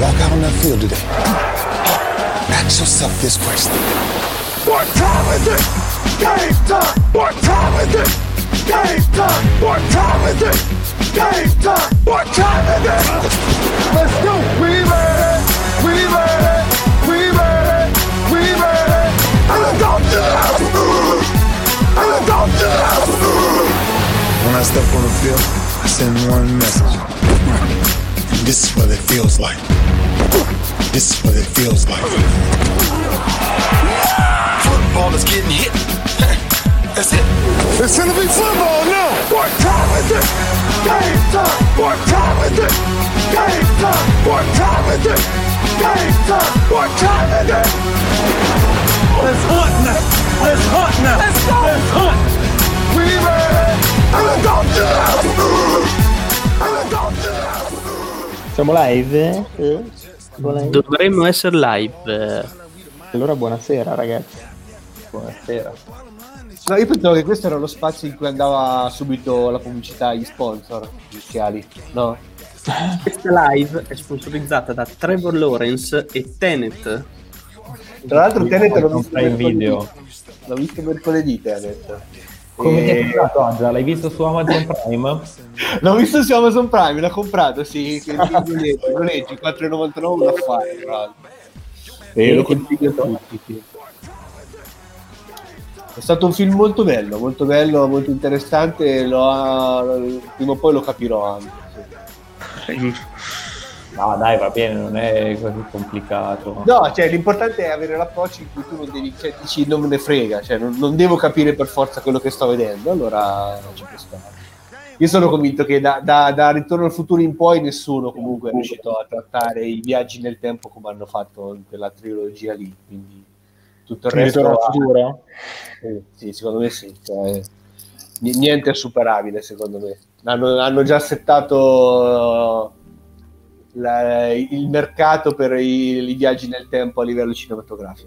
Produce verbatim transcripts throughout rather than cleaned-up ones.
walk out on that field today, ask yourself this question. What time is it? Game time! What time is it? Game time! What time is it? Game time! What time is it? Let's go! We made it! We made it! We made it! We made it! And let's go to the house! And let's go to the house! When I step on the field, I send one message. This is what it feels like. This is what it feels like. Football is getting hit. That's it. It's gonna be football now. What time is it? Game time. What time is it? Game time. What time is it? Game time. What time is it? It's hot now. It's hot now. Let's go. It's hot. We made it. And let's go to the house. And let's go to the house. Siamo live? Eh? Live? Dovremmo essere live. Allora buonasera ragazzi. Buonasera. No, io pensavo che questo era lo spazio in cui andava subito la pubblicità agli sponsor iniziali, no? Questa live è sponsorizzata da Trevor Lawrence e Tenet. Tra l'altro Tenet l'ho visto in video. L'ho visto mercoledì Tenet. Come e... ti è comprato Angela? L'hai visto su Amazon Prime? L'ho visto su Amazon Prime, l'ho comprato, sì, lo leggi, quattro e novantanove un affare, tra l'altro. E lo consiglio a tutti, sì. È stato un film molto bello, molto bello, molto interessante, lo ha... prima o poi lo capirò anche. Sì. No dai, va bene, non è così complicato. No, cioè l'importante è avere l'approccio in cui tu non devi, cioè dici non me ne frega, cioè non, non devo capire per forza quello che sto vedendo, allora ci può stare. Io sono convinto che da, da, da Ritorno al futuro in poi nessuno comunque è riuscito a trattare i viaggi nel tempo come hanno fatto in quella trilogia lì, quindi tutto il resto Ritorno al futuro? Eh, sì, secondo me sì, cioè, niente è superabile secondo me. Hanno, hanno già settato la, il mercato per i, i viaggi nel tempo a livello cinematografico.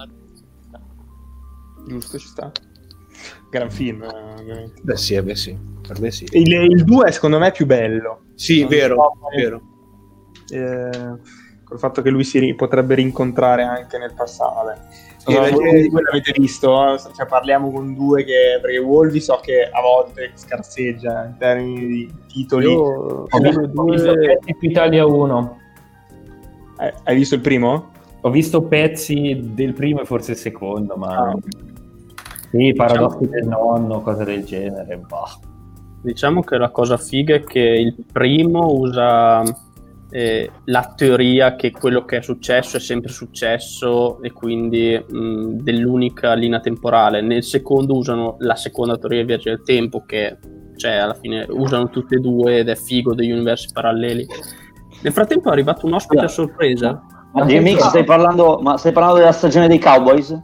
Giusto, ci sta. Gran film, ovviamente. Beh sì, beh sì, per me sì. Il due secondo me è più bello. Sì, non vero, so, vero. Eh, col fatto che lui si ri- potrebbe rincontrare anche nel passato. Vabbè. Sì, So, perché... voi due l'avete visto? Cioè, parliamo con due che... Perché Wolvi so che a volte scarseggia in termini di titoli. Io ho visto, ho visto pezzi su Italia uno. Eh, hai visto il primo? Ho visto pezzi del primo e forse il secondo, ma... Ah. Sì, paradossi del nonno, cose del genere. Bah. Diciamo che la cosa figa è che il primo usa eh, la teoria che quello che è successo è sempre successo e quindi mh, dell'unica linea temporale. Nel secondo usano la seconda teoria del viaggio del tempo, che cioè alla fine usano tutte e due ed è figo degli universi paralleli. Nel frattempo è arrivato un ospite a sorpresa. Ma Jimmy, stai parlando, ma stai parlando della stagione dei Cowboys?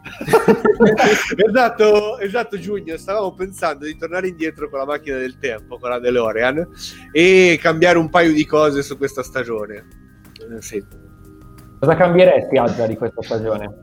esatto, esatto Giugno, stavamo pensando di tornare indietro con la macchina del tempo, con la DeLorean e cambiare un paio di cose su questa stagione. Eh, sì. Cosa cambieresti Angela di questa stagione?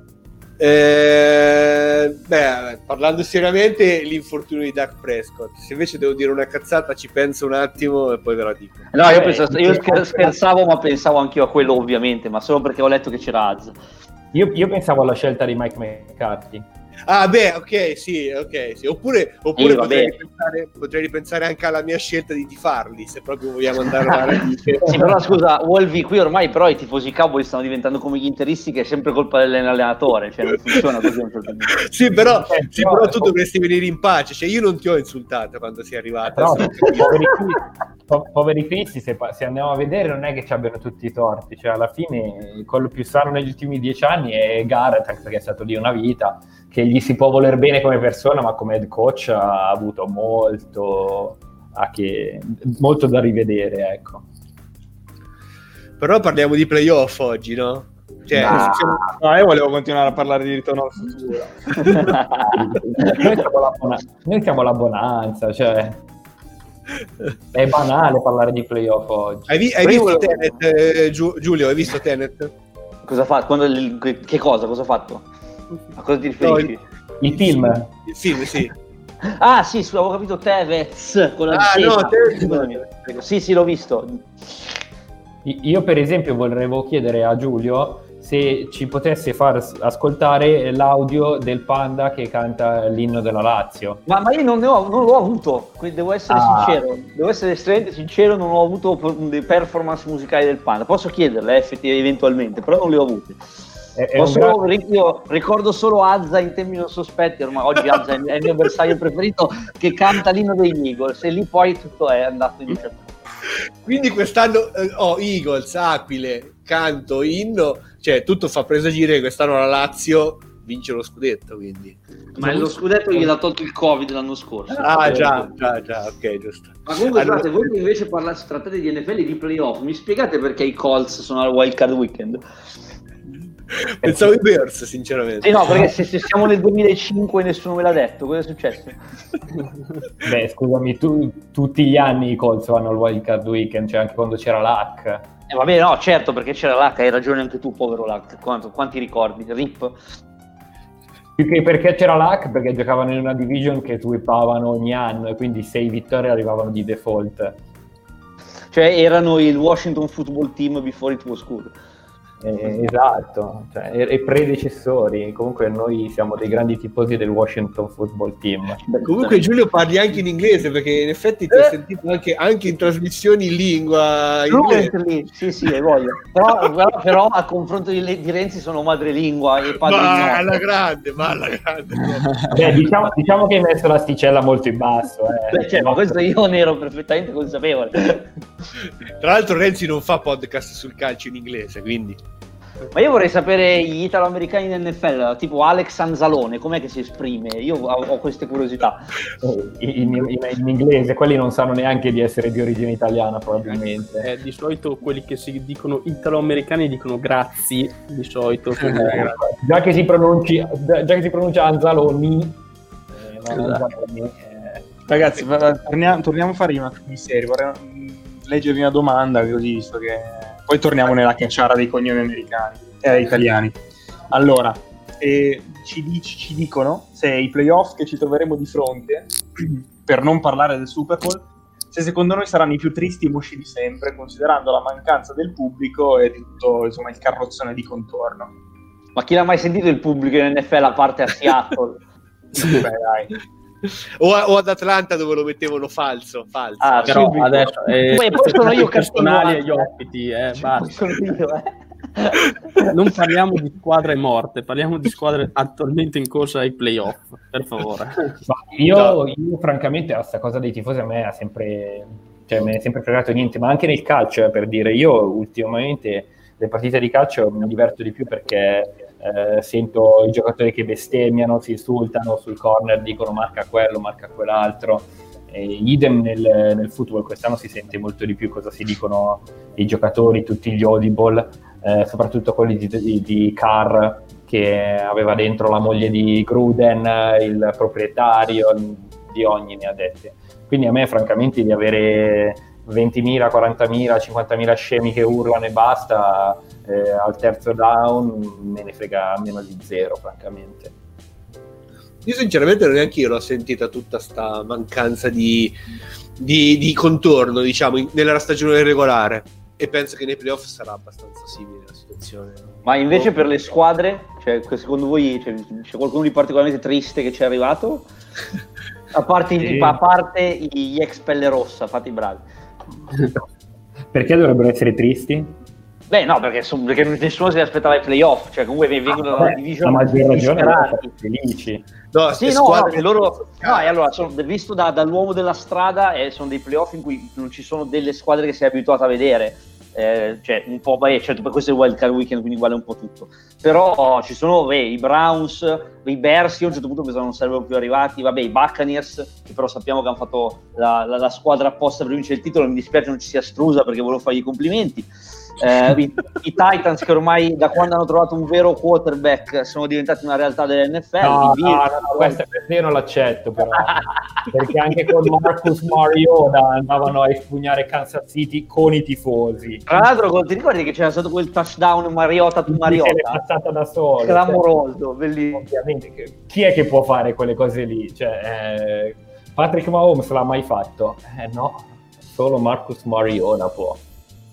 Eh, beh, parlando seriamente, l'infortunio di Dak Prescott. Se invece devo dire una cazzata ci penso un attimo e poi ve la dico. No, io, Eh, penso, io scher- scherzavo, ma pensavo anch'io a quello ovviamente, ma solo perché ho letto che c'era Az. Io, io pensavo alla scelta di Mike McCarthy. Ah beh, ok, sì, ok, sì. Oppure, oppure Sì, potrei, vabbè. ripensare, potrei ripensare anche alla mia scelta di tifarli, se proprio vogliamo andare avanti. Sì, però scusa, Wolvi, qui ormai però i tifosi Cowboys stanno diventando come gli interisti, che è sempre colpa dell'allenatore, cioè non funziona così a un certo punto. Sì, però, Eh, sì, però- però tu dovresti venire in pace, cioè io non ti ho insultato quando sei arrivata. Però, poveri, po- poveri cristi, se, pa- se andiamo a vedere non è che ci abbiano tutti i torti, cioè alla fine quello più sano negli ultimi dieci anni è Garrett, anche perché è stato lì una vita, che gli si può voler bene come persona, ma come head coach ha avuto molto, a che, molto da rivedere, ecco. Però parliamo di playoff oggi, no? Cioè, No. siamo- No, io volevo continuare a parlare di Ritorno al futuro. noi, siamo la buona- noi siamo la bonanza, cioè è banale parlare di playoff oggi. hai, vi- hai Però io visto volevo- Tenet, eh, Giu- Giulio, hai visto Tenet? Cosa fa? Quando il- che che cosa? Cosa ha fatto? A cosa ti No, riferisci? Il film? Il film, sì. Ah sì, su, avevo capito Tevez con la Ah, Z. no, Tevez. Scusami. Sì, sì, l'ho visto. Io per esempio volevo chiedere a Giulio se ci potesse far ascoltare l'audio del Panda che canta l'inno della Lazio. Ma, ma io non, ne ho, non l'ho avuto, quindi devo essere Ah. sincero, devo essere estremamente sincero, non ho avuto per- performance musicali del Panda. Posso chiederle effettivamente, eventualmente, però non le ho avute. È, è un Posso, gran- io ricordo solo Azza in tempi non sospetti, ormai oggi Azza è il è il mio bersaglio preferito, che canta l'inno degli Eagles e lì poi tutto è andato in certo. Quindi quest'anno eh, ho Eagles, Aquile, canto, inno, cioè tutto fa presagire che quest'anno la Lazio vince lo scudetto, quindi. Ma lo scudetto gliel'ha tolto il Covid l'anno scorso. Ah già, già, già, ok, giusto. Ma comunque Allora- scusate, voi che invece parlate, trattate di N F L e di playoff, mi spiegate perché i Colts sono al wild card weekend? Pensavo i Bears, sinceramente. Sì, no, perché se, se siamo nel duemilacinque e nessuno me l'ha detto, cosa è successo? Beh, scusami, tu, tutti gli anni i Colts vanno al Wild Card Weekend, cioè anche quando c'era l'H. Eh, va bene, no, certo, perché c'era l'H, hai ragione anche tu, povero L'H. Quanto, quanti ricordi? Rip? Più che perché c'era l'H, perché giocavano in una division che sweepavano ogni anno e quindi sei vittorie arrivavano di default. Cioè erano il Washington Football Team before it was cool. Eh, esatto, cioè, e, e predecessori. Comunque noi siamo dei grandi tifosi del Washington Football Team. Comunque Giulio parli anche in inglese, perché in effetti ti ho Eh. sentito anche, anche in trasmissioni in lingua inglese. Fluently, sì, sì, hai voglia. Però, però, però a confronto di, di Renzi sono madrelingua e Ma padre alla grande, ma alla grande. Beh, diciamo, diciamo che hai messo l'asticella molto in basso. Eh. Beh, cioè, ma questo io ne ero perfettamente consapevole. Tra l'altro Renzi non fa podcast sul calcio in inglese, quindi. Ma io vorrei sapere gli italo-americani in N F L, tipo Alex Anzalone, com'è che si esprime? Io ho, ho queste curiosità. In, in- in inglese, quelli non sanno neanche di essere di origine italiana, probabilmente. Eh, di solito quelli che si dicono italo-americani dicono grazie, di solito. quindi- Già che si pronunci, già che si pronuncia Anzaloni, eh, no, Esatto. Anzaloni, eh, Ragazzi, va- va- torniamo, torniamo a fare una di serie. Vorrei mm, leggervi una domanda, così, visto che poi torniamo nella cacciara dei cognomi americani e italiani. Allora, eh, ci, dic- ci dicono se i playoff che ci troveremo di fronte, per non parlare del Super Bowl, se secondo noi saranno i più tristi e mosci di sempre, considerando la mancanza del pubblico e tutto, insomma, il carrozzone di contorno. Ma chi l'ha mai sentito il pubblico in N F L a parte a Seattle? Beh, dai. O, a- o ad Atlanta dove lo mettevano falso, falso. Ah, Però subito. adesso eh, Poi- poi sono io personali cattivo, e gli eh. ospiti, eh, Poi basta. sono io, eh. Non parliamo di squadre morte, parliamo di squadre attualmente in corsa ai playoff, per favore. ma io, io francamente a sta cosa dei tifosi a me ha sempre, cioè, me ne è sempre fregato niente, ma anche nel calcio, eh, per dire, io ultimamente le partite di calcio mi diverto di più perché eh, sento i giocatori che bestemmiano, si insultano sul corner, dicono marca quello, marca quell'altro. E idem nel, nel football, quest'anno si sente molto di più cosa si dicono i giocatori, tutti gli audible, eh, soprattutto quelli di, di, di Carr, che aveva dentro la moglie di Gruden, il proprietario, di ogni ne ha dette. Quindi a me francamente di avere ventimila, quarantamila, cinquantamila scemi che urlano e basta, eh, al terzo down me ne frega meno di zero, francamente. Io sinceramente non neanche io l'ho sentita tutta sta mancanza di, di, di contorno, diciamo, in- nella stagione regolare, e penso che nei playoff sarà abbastanza simile la situazione. Ma invece per le squadre, cioè, que- secondo voi c'è, c'è qualcuno di particolarmente triste che ci è arrivato? A parte, Sì. a parte gli ex pelle rossa, fate i bravi. Perché dovrebbero essere tristi? Beh, no, perché, son- perché nessuno si aspettava i playoff, cioè comunque vengono dalla Vabbè, division la maggior ragione è disperati. felici. No, Sì, le no, squadre no, che loro, no, e allora sono, visto da- dall'uomo della strada, eh, sono dei playoff in cui non ci sono delle squadre che sei abituato a vedere, eh, cioè un po', beh, certo, per questo è il wild card weekend, quindi vale un po' tutto, però ci sono beh, i Browns, i Bears, io a un certo punto pensavo non sarebbero più arrivati, vabbè, i Buccaneers, che però sappiamo che hanno fatto la, la- la squadra apposta per vincere il titolo, mi dispiace non ci sia Strusa perché volevo fargli i complimenti. Eh, i, i Titans che ormai da quando hanno trovato un vero quarterback sono diventati una realtà dell'N F L. No, i no, Bills- no, no, questa questa io non l'accetto però, perché anche con Marcus Mariota andavano a espugnare Kansas City con i tifosi. Tra l'altro ti ricordi che c'era stato quel touchdown Mariota tu Se l'è Mariota? passata da solo. Clamoroso, Cioè, bellissimo. ovviamente, che- chi è che può fare quelle cose lì? Cioè, eh, Patrick Mahomes l'ha mai fatto? Eh no, solo Marcus Mariota può.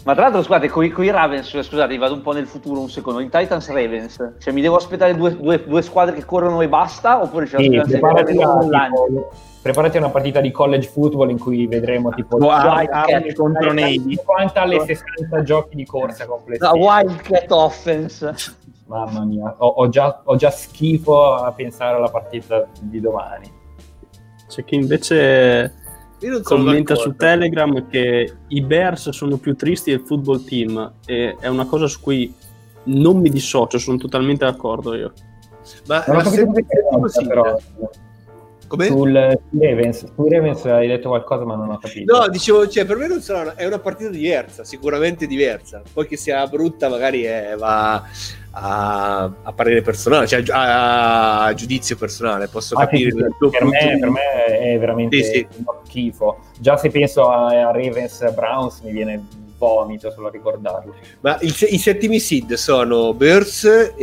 Ma tra l'altro, scusate, con i Ravens, scusate, vado un po' nel futuro un secondo, i Titans Ravens, cioè mi devo aspettare due, due, due squadre che corrono e basta, oppure c'è la sì, speranza preparati, che a, tipo, preparati a una partita di college football in cui vedremo tipo no, Wildcat contro Navy cinquanta alle sessanta giochi di corsa complessivi. La Wildcat Offense. Mamma mia, ho, ho, già, ho già schifo a pensare alla partita di domani. C'è chi invece commenta su Telegram che i Bears sono più tristi del football team, e è una cosa su cui non mi dissocio, sono totalmente d'accordo io. Ma non ho capito se... sì, però come? Sul Ravens, sui Ravens hai detto qualcosa ma non ho capito. No, dicevo, cioè per me non sarà una, è una partita diversa, sicuramente diversa. Poi che sia brutta magari è, va a, a parere personale, cioè a, a giudizio personale, posso ah, capire. Sì, sì, sì. Per, me, per me è veramente sì, sì. uno schifo. Già se penso a, a Ravens Browns mi viene vomito solo a ricordarlo. Ma il, i settimi seed sono Bears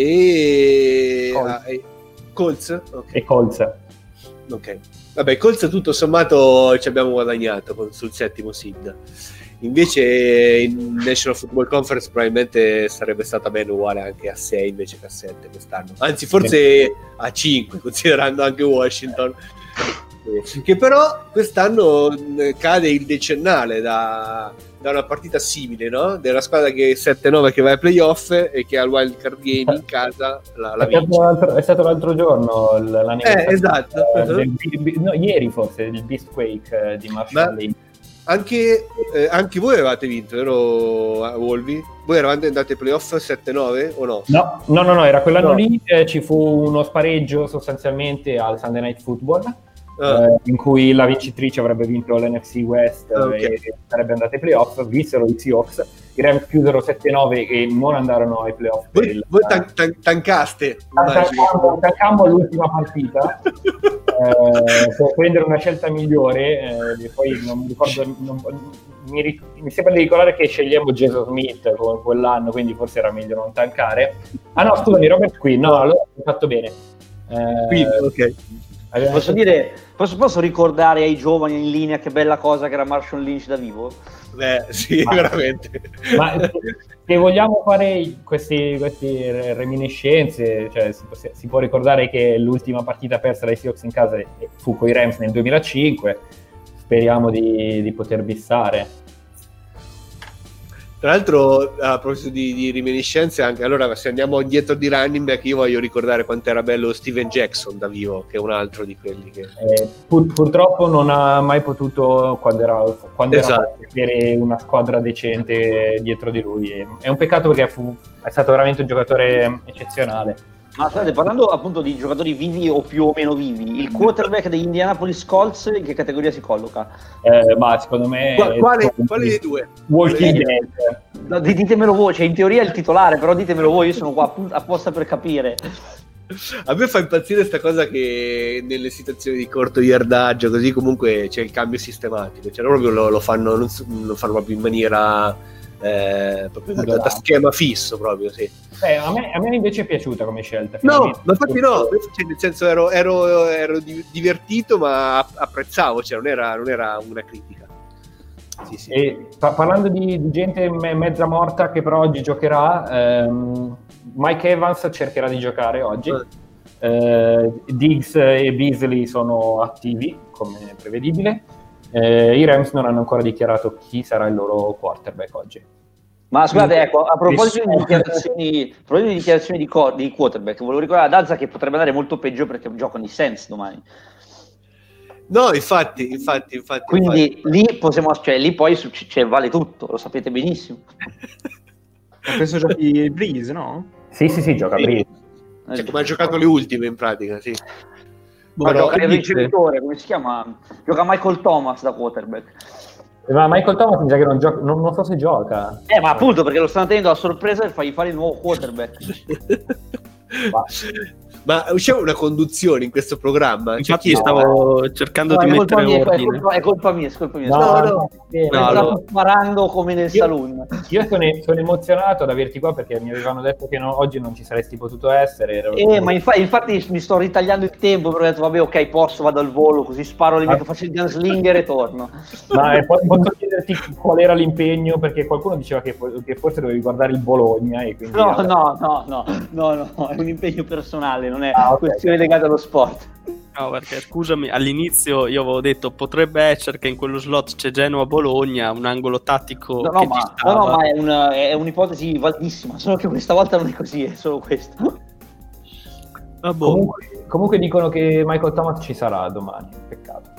e Colts, ah, e, Colts? Okay. e Colts. Ok, vabbè, Colts tutto sommato ci abbiamo guadagnato con, sul settimo seed. Invece in National Football Conference probabilmente sarebbe stata bene uguale anche a sei invece che a sette quest'anno. Anzi, forse a cinque, considerando anche Washington. Che però quest'anno cade il decennale da, da una partita simile, no? Della squadra che è sette nove che va ai playoff e che al wild card game in casa la, la è, vince. stato è stato l'altro giorno l'anniversario, eh, esatto. del, no, ieri forse, il Beastquake di Marshall Lynch. Anche, eh, anche voi avevate vinto, vero Wolvi? Voi eravate andati ai playoff sette nove o no? No, no, no, no era quell'anno no. lì, eh, ci fu uno spareggio sostanzialmente al Sunday Night Football. Ah. Eh, in cui la vincitrice avrebbe vinto l'N F C West ah, okay. e sarebbe andata ai playoff, vissero i Seahawks, i Rams chiusero sette nove e non andarono ai playoff. Voi, il, voi tan- tan- tancaste tancammo l'ultima partita eh, per prendere una scelta migliore, eh, poi non mi ricordo, non, mi, ric- mi sembra di ricordare che scegliamo Jason Smith come quell'anno, quindi forse era meglio non tancare. Ah no, scusami, Robert Quinn, no, allora ho fatto bene. Eh, Quindi, ok. Posso dire, posso, posso ricordare ai giovani in linea che bella cosa che era Marshall Lynch da vivo? Beh, sì, ma, veramente. Ma se vogliamo fare queste reminiscenze, cioè si, si può ricordare che l'ultima partita persa dai Seahawks in casa fu con i Rams nel duemilacinque, speriamo di, di poter bissare. Tra l'altro, a proposito di, di reminiscenze, anche allora se andiamo indietro di running back, io voglio ricordare quanto era bello Steven Jackson da vivo, che è un altro di quelli che eh, pur, purtroppo non ha mai potuto, quando era quando esatto. era avere una squadra decente dietro di lui. È un peccato perché fu, è stato veramente un giocatore eccezionale. Ma state parlando appunto di giocatori vivi o più o meno vivi, il quarterback degli Indianapolis Colts in che categoria si colloca? Eh, ma secondo me Qua, quale, quale dei due? Walking Dead. No, ditemelo voi, cioè in teoria è il titolare, però ditemelo voi, io sono qua apposta per capire. A me fa impazzire sta cosa che nelle situazioni di corto yardaggio così comunque c'è il cambio sistematico, cioè proprio lo, lo fanno non lo fanno proprio in maniera eh, proprio da, da schema fisso proprio, sì. Eh, a, me, a me invece è piaciuta come scelta. No, ma infatti no, cioè, nel senso ero, ero, ero divertito ma apprezzavo, cioè non era, non era una critica. Sì, sì. E pa- parlando di, di gente me- mezza morta che però oggi giocherà, ehm, Mike Evans cercherà di giocare oggi, eh, Diggs e Beasley sono attivi come prevedibile, eh, i Rams non hanno ancora dichiarato chi sarà il loro quarterback oggi. Ma scusate, ecco, a proposito di dichiarazioni, a proposito di, dichiarazioni di, co- di quarterback, volevo ricordare ad Alza che potrebbe andare molto peggio perché giocano i Saints domani. No, infatti, infatti, infatti. Quindi infatti. lì possiamo, cioè lì poi cioè, vale tutto, lo sapete benissimo. Ma penso giochi Breeze, no? Sì, sì, sì, gioca sì. Breeze. Cioè, come ha giocato le ultime in pratica, sì. Ma gioca il ricevitore, come si chiama? Gioca Michael Thomas da quarterback. Ma Michael Thomas mi sa che non gioca, non, non so se gioca. Eh, ma appunto perché lo stanno tenendo a sorpresa per fargli fare il nuovo quarterback. Ma, Ma usciamo una conduzione in questo programma? Infatti Cioè, stavo no, cercando no, di è mettere mia, ordine. È colpa, è colpa mia, è colpa mia. No, No, no, no, no, no, no, no. sparando come nel Io- saloon. Io sono, sono emozionato ad averti qua perché mi avevano detto che no- oggi non ci saresti potuto essere. Ero- Eh, ma infa- infatti mi sto ritagliando il tempo, però ho detto vabbè, ok, posso, vado al volo, così sparo le mie, Ah. faccio il gunslinger e torno. Ma eh, poi posso chiederti qual era l'impegno? Perché qualcuno diceva che, che forse dovevi guardare il Bologna e quindi... No, no, no, no, no, no, è un impegno personale, non è Ah, ok. questione legata allo sport. No, perché scusami, all'inizio io avevo detto potrebbe essere che in quello slot c'è Genoa-Bologna, un angolo tattico No, no, che ci ma, stava. no, no, ma è, una, è un'ipotesi validissima, solo che questa volta non è così, è solo questo. Vabbè, Comunque, comunque dicono che Michael Thomas ci sarà domani, peccato.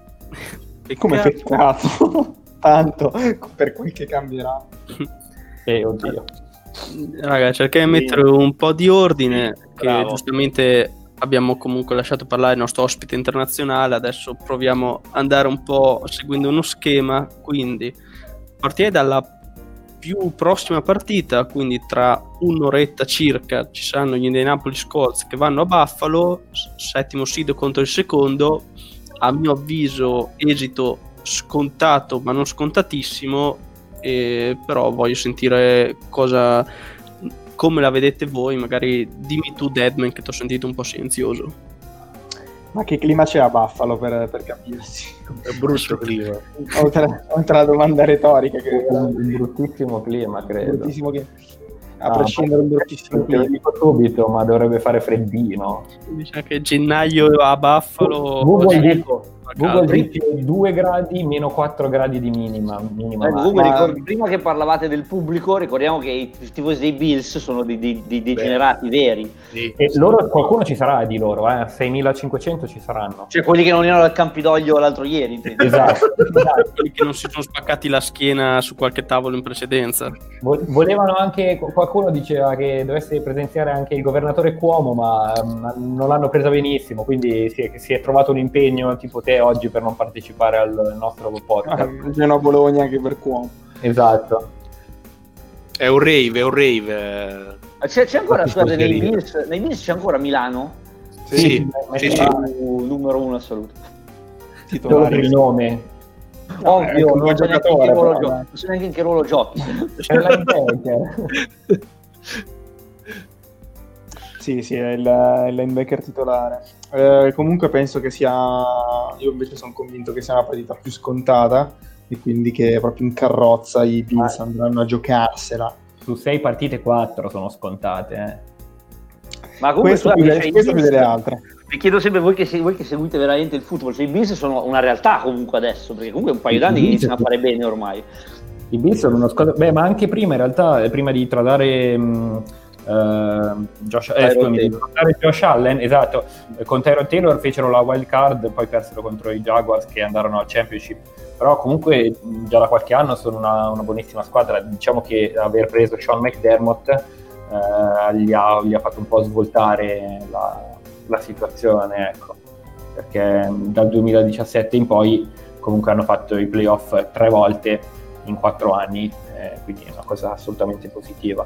Come peccato. Tanto per quel che cambierà. E oddio. Raga, cercherei di mettere un po' di ordine, che Bravo. giustamente abbiamo comunque lasciato parlare il nostro ospite internazionale, adesso proviamo ad andare un po' seguendo uno schema, quindi partirei dalla più prossima partita, quindi tra un'oretta circa ci saranno gli Indianapolis Colts che vanno a Buffalo, s- settimo seed contro il secondo, a mio avviso esito scontato ma non scontatissimo, e però voglio sentire cosa, come la vedete voi, magari dimmi tu Deadman che ti ho sentito un po' silenzioso. Ma che clima c'è a Buffalo per, per capirsi? È brutto clima. oltre, oltre alla domanda retorica che Un bruttissimo clima, credo. bruttissimo che a Ah, prescindere un bruttissimo Te lo clima. dico subito, ma dovrebbe fare freddino. Mi sa che gennaio a Buffalo Google, sì, dico, fa Google caldo. dice due gradi meno quattro gradi di minima. minima Eh, massima. comunque, ma- ricor- prima che parlavate del pubblico, ricordiamo che i tifosi dei Bills sono dei, dei, dei degenerati veri, sì. E loro, qualcuno ci sarà di loro, eh? seimilacinquecento ci saranno. cioè quelli che non erano al Campidoglio l'altro ieri. intendi? Esatto. esatto. Quelli che non si sono spaccati la schiena su qualche tavolo in precedenza. Vo- Volevano anche, qualcuno diceva che dovesse presenziare anche il governatore Cuomo, ma um, non l'hanno presa benissimo, quindi si è, si è trovato un impegno tipo te oggi per non partecipare al nostro podcast. Genoa Bologna anche per Cuomo. Esatto. È un rave, è un rave. C'è, c'è ancora, Ma scusate, nei tifoseria. Bills, nei Bills c'è ancora Milano? Sì, sì, sì, sì. Uh, numero uno assoluto. Solo per il nome. No, è Ovvio, un buon non so neanche in giocatore, che ruolo però, gio- dai. non so neanche in che ruolo giochi. C'è il linebacker. Sì, sì, è il, il linebacker titolare. Eh, comunque penso che sia, io invece sono convinto che sia una partita più scontata e quindi che proprio in carrozza i Bills Ah. andranno a giocarsela. Su sei partite quattro sono scontate. Eh. Ma comunque, Questo scusate, più, cioè, de- i questo più Bills- delle altre. vi chiedo sempre voi che, se- voi che seguite veramente il football, cioè i Bills sono una realtà comunque adesso, perché comunque è un paio I d'anni che Bills- iniziano a fare bene ormai. I Bills sono uno squadra... Beh, ma anche prima in realtà, eh, prima di tradare mh, eh, Josh, eh, Tyrod scusami, di Taylor. tradare Josh Allen, esatto, eh, con Tyrod Taylor fecero la wild card, poi persero contro i Jaguars che andarono al championship. Però comunque mh, già da qualche anno sono una, una buonissima squadra. Diciamo che aver preso Sean McDermott eh, gli, ha, gli ha fatto un po' svoltare la, la situazione, ecco. Perché mh, dal duemiladiciassette in poi comunque hanno fatto i playoff tre volte in quattro anni, eh, quindi è una cosa assolutamente positiva.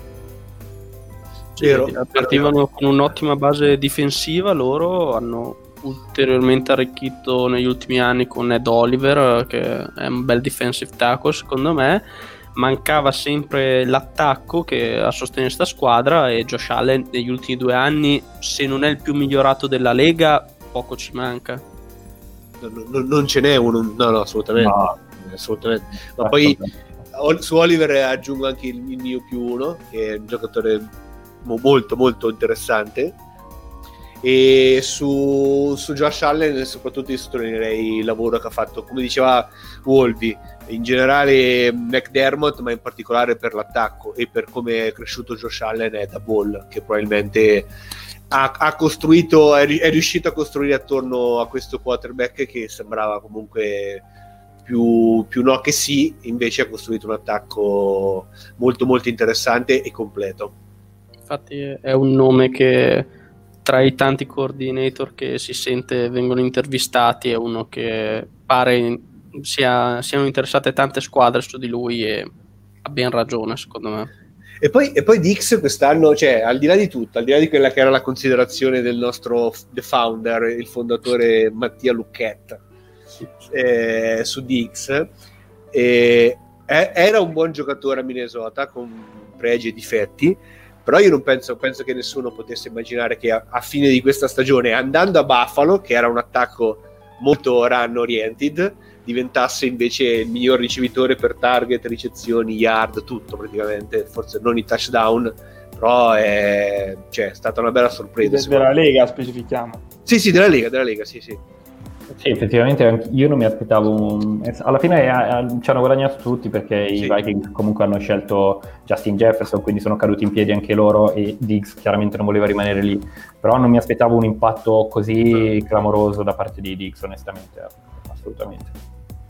Vero. Partivano con un'ottima base difensiva, loro hanno ulteriormente arricchito negli ultimi anni con Ed Oliver, che è un bel defensive tackle secondo me. Mancava sempre l'attacco che a sostenere sta squadra, e Josh Allen negli ultimi due anni, se non è il più migliorato della Lega, poco ci manca. Non, non- non ce n'è uno, no, no, assolutamente. No. assolutamente. Ma poi Ol- su Oliver aggiungo anche il, il mio più uno, che è un giocatore mo- molto molto interessante. E su, su Josh Allen soprattutto io sottolineerei il lavoro che ha fatto, come diceva Wolvi, in generale McDermott, ma in particolare per l'attacco e per come è cresciuto Josh Allen è da Ball, che probabilmente ha, ha costruito, è, ri- è riuscito a costruire attorno a questo quarterback che sembrava comunque più, più no che sì, invece ha costruito un attacco molto molto interessante e completo. Infatti è un nome che tra i tanti coordinator che si sente vengono intervistati è uno che pare sia, siano interessate tante squadre su di lui, e ha ben ragione secondo me. E poi, e poi Dix quest'anno, cioè al di là di tutto, al di là di quella che era la considerazione del nostro The Founder, il fondatore Mattia Lucchetta, eh, su Dix, eh, era un buon giocatore a Minnesota con pregi e difetti, però io non penso, penso che nessuno potesse immaginare che a, a fine di questa stagione, andando a Buffalo, che era un attacco molto run oriented, diventasse invece il miglior ricevitore per target, ricezioni, yard, tutto praticamente, forse non i touchdown, però è, cioè, è stata una bella sorpresa. De- della Lega specifichiamo. Sì, sì, della Lega, della Lega, sì, sì. Sì, effettivamente io non mi aspettavo un... alla fine eh, ci hanno guadagnato tutti perché sì. I Vikings comunque hanno scelto Justin Jefferson, quindi sono caduti in piedi anche loro e Diggs chiaramente non voleva rimanere lì, però non mi aspettavo un impatto così clamoroso da parte di Diggs, onestamente, assolutamente.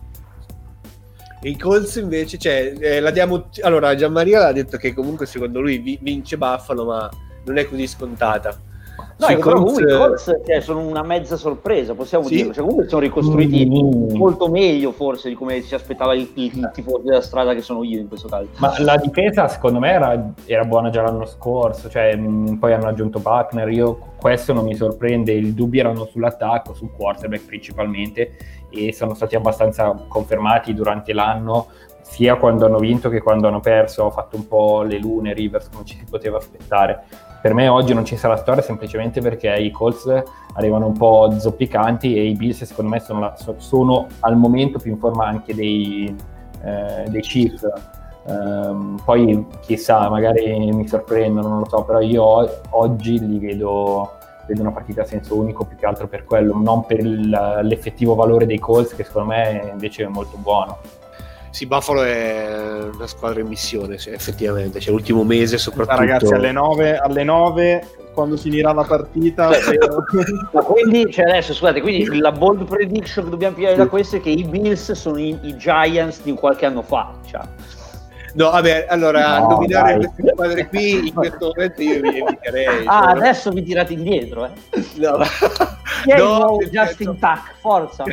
E i Colts invece, cioè, eh, la diamo... allora Gianmaria l'ha detto che comunque secondo lui vi- vince Buffalo, ma non è così scontata. No, io però comunque i Colts cioè, sono una mezza sorpresa, possiamo sì. dirlo. Cioè, comunque sono ricostruiti mm. molto meglio forse di come si aspettava il, il, il tifoso della strada che sono io in questo caso. Ma la difesa secondo me era, era buona già l'anno scorso, cioè mh, poi hanno aggiunto Buckner, io questo non mi sorprende, i dubbi erano sull'attacco, sul quarterback principalmente, e sono stati abbastanza confermati durante l'anno, sia quando hanno vinto che quando hanno perso. Ho fatto un po' le lune, Rivers, come ci si poteva aspettare. Per me oggi non ci sarà storia semplicemente perché i Colts arrivano un po' zoppicanti e i Bills secondo me sono, la, sono al momento più in forma anche dei, eh, dei Chiefs. Um, poi chissà, magari mi sorprendono, non lo so, però io oggi li vedo, vedo una partita a senso unico più che altro per quello, non per il, l'effettivo valore dei Colts che secondo me invece è molto buono. Sì, Buffalo è una squadra in missione, sì, effettivamente, cioè l'ultimo mese soprattutto. Ragazzi, alle nove, alle nove quando finirà la partita. Cioè, ma quindi, cioè adesso scusate, quindi la bold prediction che dobbiamo pigliare da questo è che i Bills sono i, i Giants di qualche anno fa, cioè. No, vabbè, allora no, nominare dai. Queste squadre qui in questo momento io vi eviterei. Ah, cioè, adesso vi tirate indietro, eh. No. Chi è no, il nuovo Justin Tuck? Forza.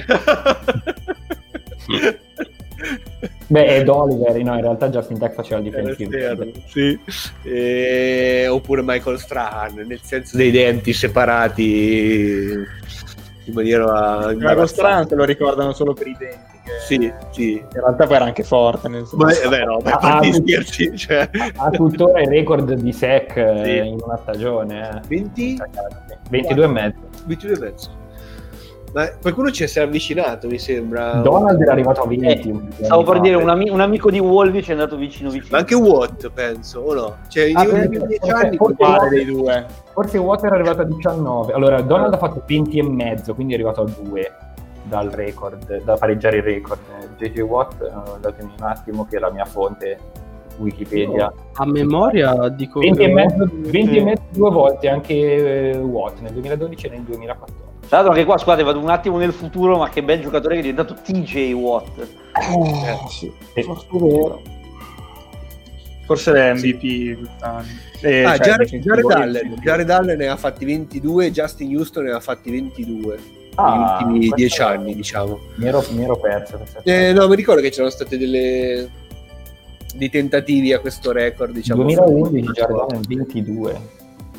Beh, ed Oliver, no, in realtà Justin Tuck faceva il difensivo. Eh, sì. eh, oppure Michael Strahan, nel senso dei denti separati in maniera Michael Strahan se lo ricordano solo per i denti. Che sì, sì. In realtà poi era anche forte. Nel senso. Ma è vero, per farti scherzi. Cioè. Ha tuttora il record di sack sì. in una stagione. Eh. venti? ventidue e mezzo. ventidue e mezzo. Ma qualcuno ci si è avvicinato, mi sembra. Donald era arrivato a venti. Eh, stavo per dire, un, ami- un amico di Wolvi ci è andato vicino vicino. Ma anche Watt, penso, o no? Cioè, ah, io di dieci anni quale dei due? Forse Watt era arrivato a diciannove. Allora, Donald ha fatto venti e mezzo, quindi è arrivato a due dal record, da pareggiare il record. J J Watt, datemi un attimo che è la mia fonte Wikipedia. No, a memoria dico venti e mezzo, venti e mezzo due volte anche Watt nel duemiladodici e nel duemilaquattordici. Tra l'altro anche qua, scusate, vado un attimo nel futuro, ma che bel giocatore che è diventato T J Watt. Eh, sì, forse vero. Forse è M V P quest'anno. Eh, ah, cioè, Jared, Jared Allen. Jared Allen ne ha fatti ventidue, Justin Houston ne ha fatti ventidue ah, negli ultimi dieci anni, diciamo. Mi ero, mi ero perso. Eh, no, mi ricordo che c'erano state delle dei tentativi a questo record, diciamo. duemilaundici Jared Allen ventidue.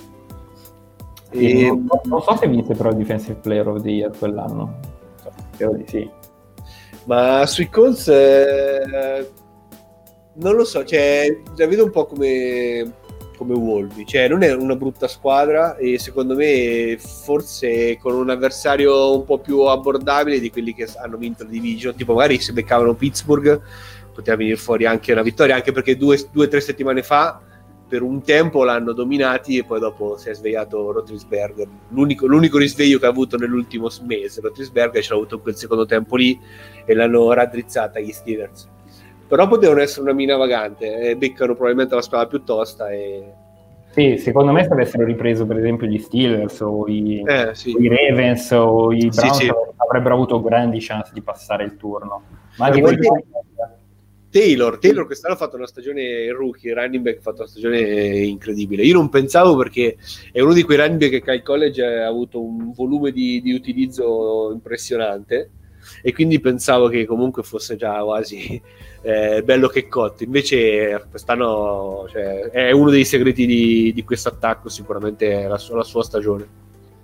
E non, non so se vinse però il Defensive Player of the Year quell'anno, spero di sì. Ma sui Colts eh, non lo so, cioè la vedo un po' come come Wolvi, cioè non è una brutta squadra e secondo me forse con un avversario un po' più abbordabile di quelli che hanno vinto la division, tipo magari se beccavano Pittsburgh poteva venire fuori anche una vittoria, anche perché due o tre settimane fa per un tempo l'hanno dominati e poi dopo si è svegliato Roethlisberger, l'unico, l'unico risveglio che ha avuto nell'ultimo mese. Roethlisberger ce l'ha avuto in quel secondo tempo lì e l'hanno raddrizzata gli Steelers, però potevano essere una mina vagante e beccano probabilmente la squadra più tosta e... Sì, secondo me se avessero ripreso per esempio gli Steelers o i, eh, sì. o i Ravens o i Browns sì, sì. avrebbero avuto grandi chance di passare il turno, ma anche poi quelli... Taylor, Taylor quest'anno ha fatto una stagione rookie, running back, ha fatto una stagione incredibile. Io non pensavo, perché è uno di quei running back che al college ha avuto un volume di, di utilizzo impressionante e quindi pensavo che comunque fosse già quasi eh, bello che cotto. Invece quest'anno, cioè, è uno dei segreti di, di questo attacco, sicuramente la sua, la sua stagione.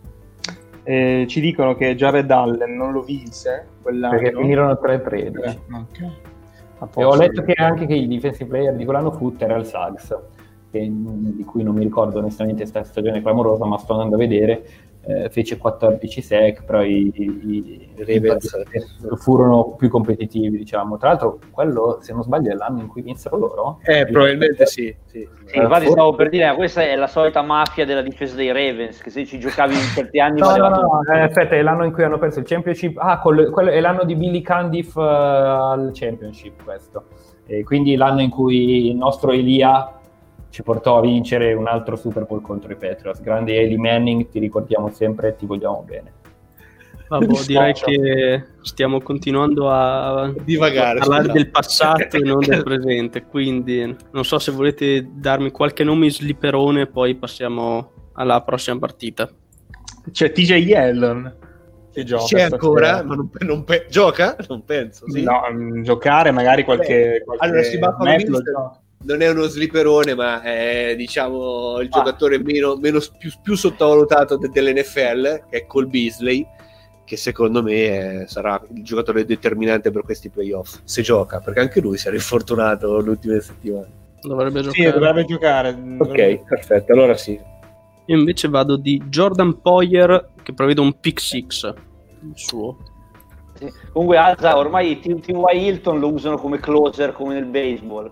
Eh, ci dicono che Jared Allen non lo vinse quell'anno perché finirono tre tredici. Eh, okay. E ho letto che anche che il defensive player di quell'anno fu Terrell Suggs, che, di cui non mi ricordo onestamente questa stagione clamorosa, ma sto andando a vedere. Eh, fece quattordici sack, però i, i, i Ravens furono più competitivi, diciamo. Tra l'altro quello, se non sbaglio, è l'anno in cui vinsero loro. Eh, probabilmente sì, sì. Sì, infatti stavo per dire, questa è la solita mafia della difesa dei Ravens, che se ci giocavi in certi anni no, valeva no, no, tutto. eh, aspetta, è l'anno in cui hanno perso il championship. Ah, col, quello è l'anno di Billy Candiff uh, al championship, questo. E quindi l'anno in cui il nostro Elia ci portò a vincere un altro Super Bowl contro i Patriots. Grande Eli Manning, ti ricordiamo sempre e ti vogliamo bene. Vabbè, direi che stiamo continuando a divagare, parlare scusate. del passato e non del presente, quindi non so se volete darmi qualche nome slipperone, poi passiamo alla prossima partita. C'è T J Yeldon che gioca. C'è ancora, stasera. ma non, non pe- gioca? Non penso, sì. No, um, giocare magari qualche, qualche allora si va a snap lo Winston. gioca. Non è uno slipperone, ma è, diciamo, il giocatore meno, meno più, più sottovalutato de- dell'N F L, che è Cole Beasley, che secondo me è, sarà il giocatore determinante per questi playoff, se gioca, perché anche lui si era infortunato le ultime settimane. Dovrebbe Sì, giocare. dovrebbe giocare. Ok, Dovrebbe... perfetto, allora sì. Io invece vado di Jordan Poyer, che prevede un pick six, il suo. Sì. Comunque Alza, ormai T Y. Hilton lo usano come closer, come nel baseball.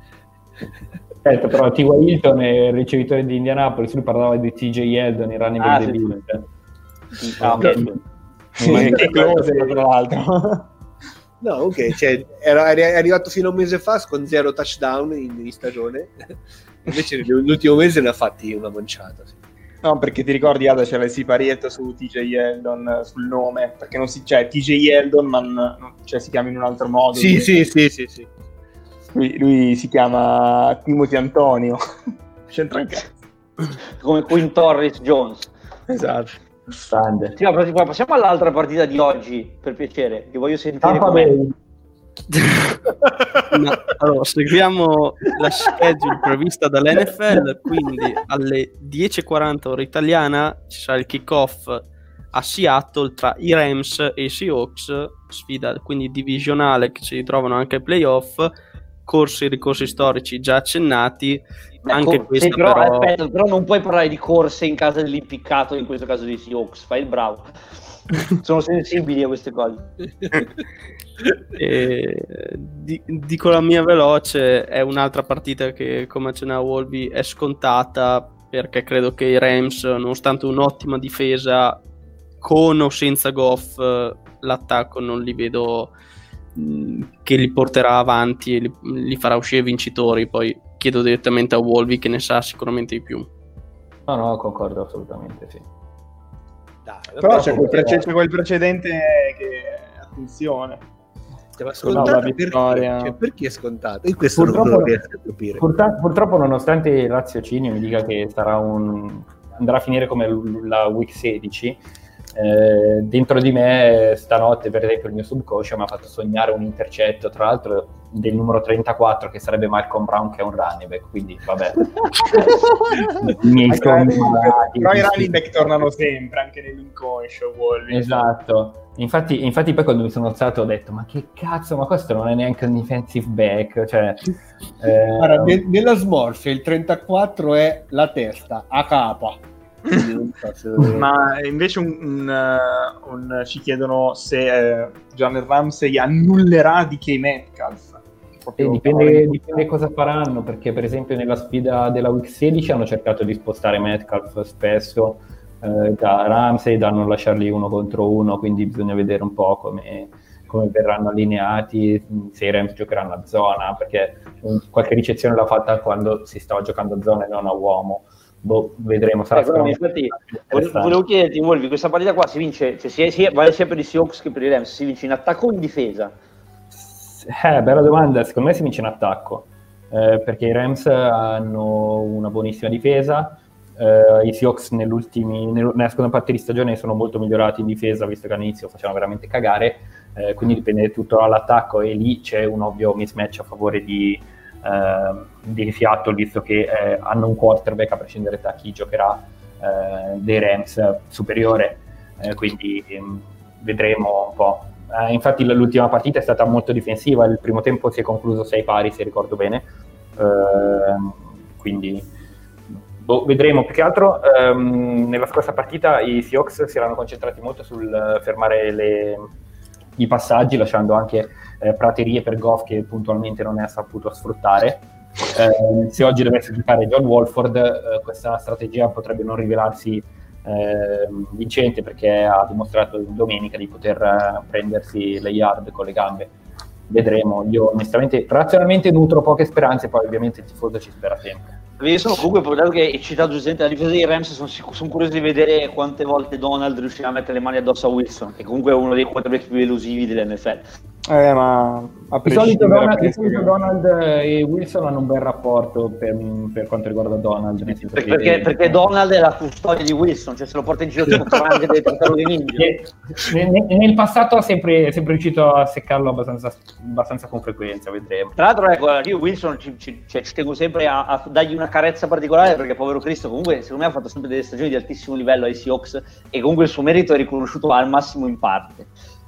Certo, però T Y. Hilton è il ricevitore di Indianapolis, lui parlava di T J. Yeldon, il running back Ah, dei sì. Bills. Ah, ok. Sì, che closer, tra l'altro. No, ok, cioè, era, era arrivato fino a un mese fa con zero touchdown in, in stagione, invece l'ultimo mese ne ha fatti una manciata. Sì. No, perché ti ricordi, Ada, c'era il siparietto su T J Yeldon sul nome, perché non si, cioè T J Yeldon, ma non, cioè, si chiama in un altro modo. Sì, lui, sì, sì, sì, sì. lui, lui si chiama Timothy Antonio. C'entra un cazzo. Come Quinn Torres Jones. Esatto. Grande. Sì, ma passiamo all'altra partita di oggi, per piacere, che voglio sentire Tampa com'è. Bay. No, allora, seguiamo la schedule prevista dall'N F L, quindi alle dieci e quaranta ora italiana ci sarà il kick-off a Seattle tra i Rams e i Seahawks, sfida quindi divisionale che si ritrovano anche ai playoff, corsi e ricorsi storici già accennati. Anche Ecco, questa sì, però, però... aspetta, però non puoi parlare di corse in casa dell'impiccato, in questo caso dei Seahawks, fai il bravo. Sono sensibili a queste cose. E, di, dico la mia veloce, è un'altra partita che, come accennava Wolby, è scontata, perché credo che i Rams, nonostante un'ottima difesa, con o senza Goff, l'attacco non li vedo mh, che li porterà avanti e li, li farà uscire vincitori. Poi chiedo direttamente a Wolby, che ne sa sicuramente di più. No, no, concordo assolutamente, sì. Dai, Però c'è quel, prece- c'è quel precedente che, attenzione, ma Nuova scontato perché? vittoria. Cioè, perché è scontato? Io questo non Purtroppo, lo riesco a capire. purta- purtroppo nonostante il raziocinio mi dica che sarà un andrà a finire come l- la week sedici, eh, dentro di me stanotte per esempio il mio subconscio mi ha fatto sognare un intercetto, tra l'altro del numero trentaquattro, che sarebbe Malcolm Brown, che è un running back, quindi vabbè. I miei sogni malati. però i running back tornano sempre anche nell'inconscio. Wolby. Esatto, infatti, infatti poi quando mi sono alzato ho detto ma che cazzo, ma questo non è neanche un defensive back, cioè eh, Guarda, ne- nella smorfia il trentaquattro è la testa a capa. Quindi non so se- Ma invece un, un, uh, un- ci chiedono se uh, Jalen Ramsey annullerà D K Metcalf. sì, Proprio dipende, dipende cosa faranno, perché per esempio nella sfida della week sedici hanno cercato di spostare Metcalf spesso eh, da Ramsey, da non lasciarli uno contro uno, quindi bisogna vedere un po' come, come verranno allineati, se i Rams giocheranno a zona, perché um, qualche ricezione l'ha fatta quando si stava giocando a zona e non a uomo. Boh, vedremo, sarà Eh, però, infatti, volevo, volevo chiederti, Wolby, questa partita qua si vince, cioè, sia, sia, vale sia per i Seahawks che per i Rams, si vince in attacco o in difesa? Eh, bella domanda, secondo me si vince in attacco, eh, perché i Rams hanno una buonissima difesa, eh, i Seahawks nell'ultimi, nella seconda parte di stagione sono molto migliorati in difesa, visto che all'inizio facevano veramente cagare, eh, quindi dipende tutto dall'attacco, e lì c'è un ovvio mismatch a favore di, eh, di Seattle, visto che eh, hanno un quarterback, a prescindere da chi giocherà, eh, dei Rams superiore, eh, quindi ehm, vedremo un po'. Eh, infatti l'ultima partita è stata molto difensiva, il primo tempo si è concluso sei pari, se ricordo bene, eh, quindi boh, vedremo. Più che altro ehm, nella scorsa partita i Seahawks si erano concentrati molto sul fermare le, i passaggi, lasciando anche eh, praterie per Goff che puntualmente non è saputo sfruttare. Eh, se oggi dovesse giocare John Wolford, eh, questa strategia potrebbe non rivelarsi Eh, vincente, perché ha dimostrato domenica di poter uh, prendersi le yard con le gambe. Vedremo. Io onestamente, razionalmente nutro poche speranze, poi ovviamente il tifoso ci spera sempre. Io sono comunque, dato che hai citato giustamente la difesa dei Rams, sono, sono curioso di vedere quante volte Donald riuscirà a mettere le mani addosso a Wilson, che comunque è uno dei quarterback più elusivi dell'N F L. Eh, ma a di solito, Donald, di che... solito Donald e Wilson hanno un bel rapporto per, per quanto riguarda Donald, nel senso perché, che, perché Donald è la custodia di Wilson, cioè se lo porta in giro tutto tranne delle tartarughe ninja. Nel, nel passato ha sempre, è sempre riuscito a seccarlo abbastanza, abbastanza con frequenza, vedremo. Tra l'altro, ecco, io Wilson ci, ci, cioè, ci tengo sempre a, a dargli una carezza particolare, perché povero Cristo comunque secondo me ha fatto sempre delle stagioni di altissimo livello ai Seahawks, e comunque il suo merito è riconosciuto al massimo in parte.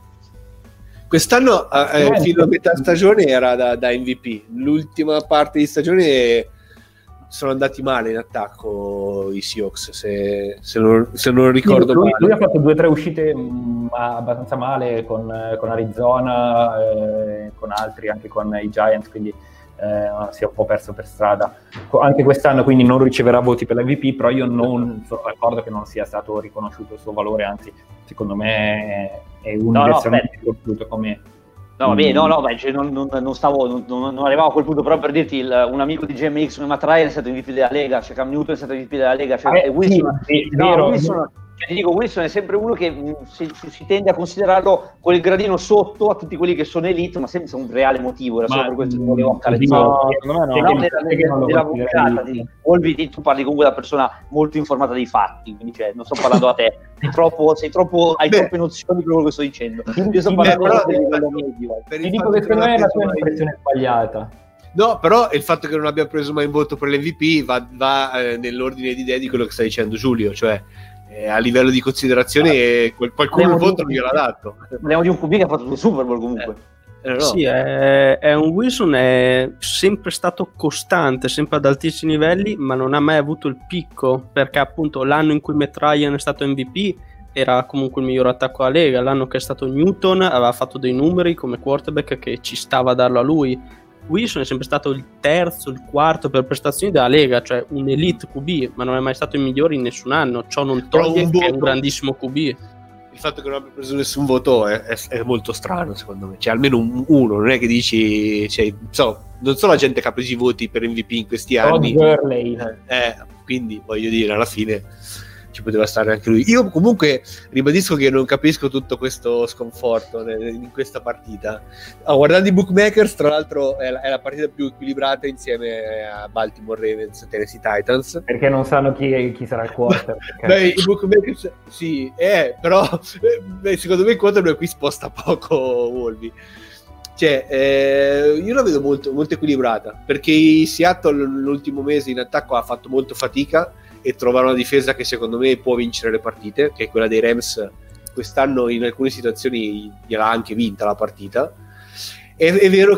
Quest'anno eh, fino a metà stagione era da, da M V P, l'ultima parte di stagione sono andati male in attacco i Seahawks, se, se, non, se non ricordo lui, male. Lui ha fatto due o tre uscite mh, abbastanza male con, con Arizona, eh, con altri, anche con i Giants, quindi eh, si è un po' perso per strada. Anche quest'anno quindi non riceverà voti per l'M V P, però io non sono d'accordo che non sia stato riconosciuto il suo valore, anzi secondo me è universalmente conosciuto come... No, vabbè, no, no, beh, cioè, non, non, non stavo, non, non arrivavo a quel punto, però per dirti, il, un amico di J M X, come Matt Ryan, è stato M V P della Lega, cioè Cam Newton è stato M V P della Lega, cioè eh, Wilson, sì, no, vero, Wilson, cioè, ti dico, Wilson è sempre uno che mh, si, si tende a considerarlo con il gradino sotto a tutti quelli che sono elite, ma senza un reale motivo, era solo per questo che volevo accarezzare. No, secondo me no. No, nella, nella, nella vocata, Volvi, tu parli comunque da persona molto informata dei fatti, quindi cioè, non sto parlando a te, sei troppo, sei troppo, hai Beh. troppe nozioni di quello che sto dicendo. Io sto parlando Beh, del livello medio. Ti dico che secondo me è la tua impressione sbagliata. No, però il fatto che non abbia preso mai un voto per l'M V P va, va eh, nell'ordine di idee di quello che sta dicendo Giulio, cioè eh, a livello di considerazione eh, qualcuno il voto non gliel'ha dato. Parliamo di un Q B che ha fatto due Super Bowl comunque. Eh, no. Sì, è, è un Wilson, è sempre stato costante, sempre ad altissimi livelli, ma non ha mai avuto il picco, perché appunto l'anno in cui Matt Ryan è stato M V P era comunque il miglior attacco alla Lega, l'anno che è stato Newton aveva fatto dei numeri come quarterback che ci stava a darlo a lui. Wilson è sempre stato il terzo, il quarto per prestazioni della Lega, cioè un elite Q B, ma non è mai stato il migliore in nessun anno. Ciò non toglie che è un grandissimo Q B. Il fatto che non abbia preso nessun voto è, è, è molto strano, secondo me. Cioè, almeno un, uno, non è che dici, cioè, so, non so la gente che ha preso i voti per M V P in questi anni. Eh, eh, quindi voglio dire, alla fine ci poteva stare anche lui. Io comunque ribadisco che non capisco tutto questo sconforto in questa partita. Oh, guardando i bookmakers, tra l'altro è la, è la partita più equilibrata insieme a Baltimore Ravens e Tennessee Titans, perché non sanno chi, chi sarà il quarter. Beh, i bookmakers sì, eh, però beh, secondo me il quarterback qui sposta poco Wolvi. Cioè, eh, io la vedo molto, molto equilibrata, perché i Seattle l'ultimo mese in attacco ha fatto molto fatica e trovare una difesa che secondo me può vincere le partite, che è quella dei Rams. Quest'anno in alcune situazioni gliel'ha anche vinta la partita. È, è vero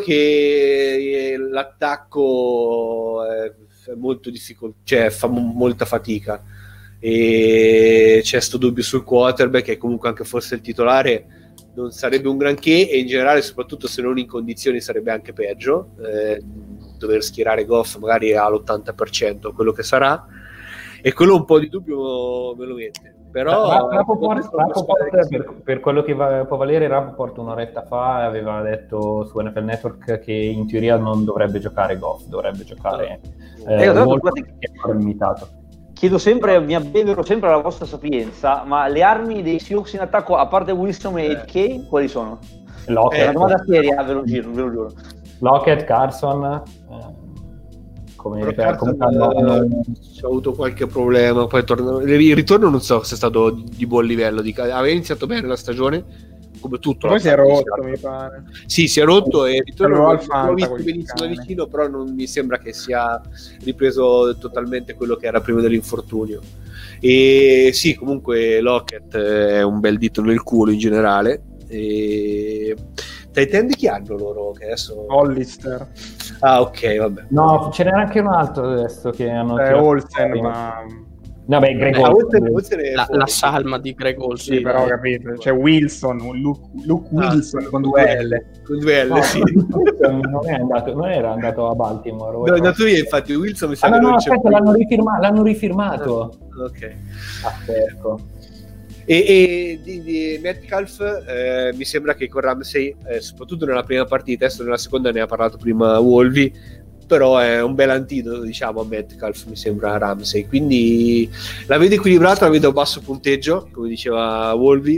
che l'attacco è molto difficile, cioè fa m- molta fatica, e c'è sto dubbio sul quarterback, che comunque anche forse il titolare non sarebbe un granché, e in generale, soprattutto se non in condizioni, sarebbe anche peggio, eh, dover schierare Goff magari all'ottanta per cento, quello che sarà, e quello un po' di dubbio me lo mette. Però Rapoport, Rapoport per, per quello che va, può valere, Rapoport un'oretta fa aveva detto su N F L Network che in teoria non dovrebbe giocare Goff, dovrebbe giocare eh, eh, molto limitato. Chiedo sempre, mi abbevero sempre alla vostra sapienza, ma le armi dei Seahawks in attacco, a parte Wilson e eh. Kay, quali sono? Lockett, è una domanda seria, ve lo giro, ve lo giuro. Lockett, Carson, eh, come, Carson, come eh, c'è avuto qualche problema, poi torna, il ritorno non so se è stato di buon livello, di, aveva iniziato bene la stagione come tutto. Poi si è rotto, mi pare. Sì, si è rotto e ritorno al l'ho visto benissimo da vicino, però non mi sembra che sia ripreso totalmente quello che era prima dell'infortunio. E sì, comunque Lockett è un bel dito nel culo in generale. E Tight end chi hanno loro? Che adesso... Hollister. Ah, ok, vabbè. No, ce n'era anche un altro adesso che hanno Eh, tirato Olsen, fuori. ma... Vabbè, Greg Eh, Olsen. Olsen- Olsen è La, fuori. la salma di Greg Olsen. Sì, però ho capito. C'è Wilson, un Luke, Luke Ah, Wilson con due L. Con due L, No, sì. Wilson non, è andato, non era andato a Baltimore. No, è andato via, infatti Wilson mi sa Ah, che no, no, non c'è aspetta, più. l'hanno, rifirma- l'hanno rifirmato. Ok. Ah, ecco. E, e di, di Metcalf eh, mi sembra che con Ramsey, eh, soprattutto nella prima partita, adesso nella seconda ne ha parlato prima Wolvi, però è un bel antidoto, diciamo, a Metcalf, mi sembra Ramsey. Quindi la vedo equilibrata, la vedo a basso punteggio, come diceva Wolvi,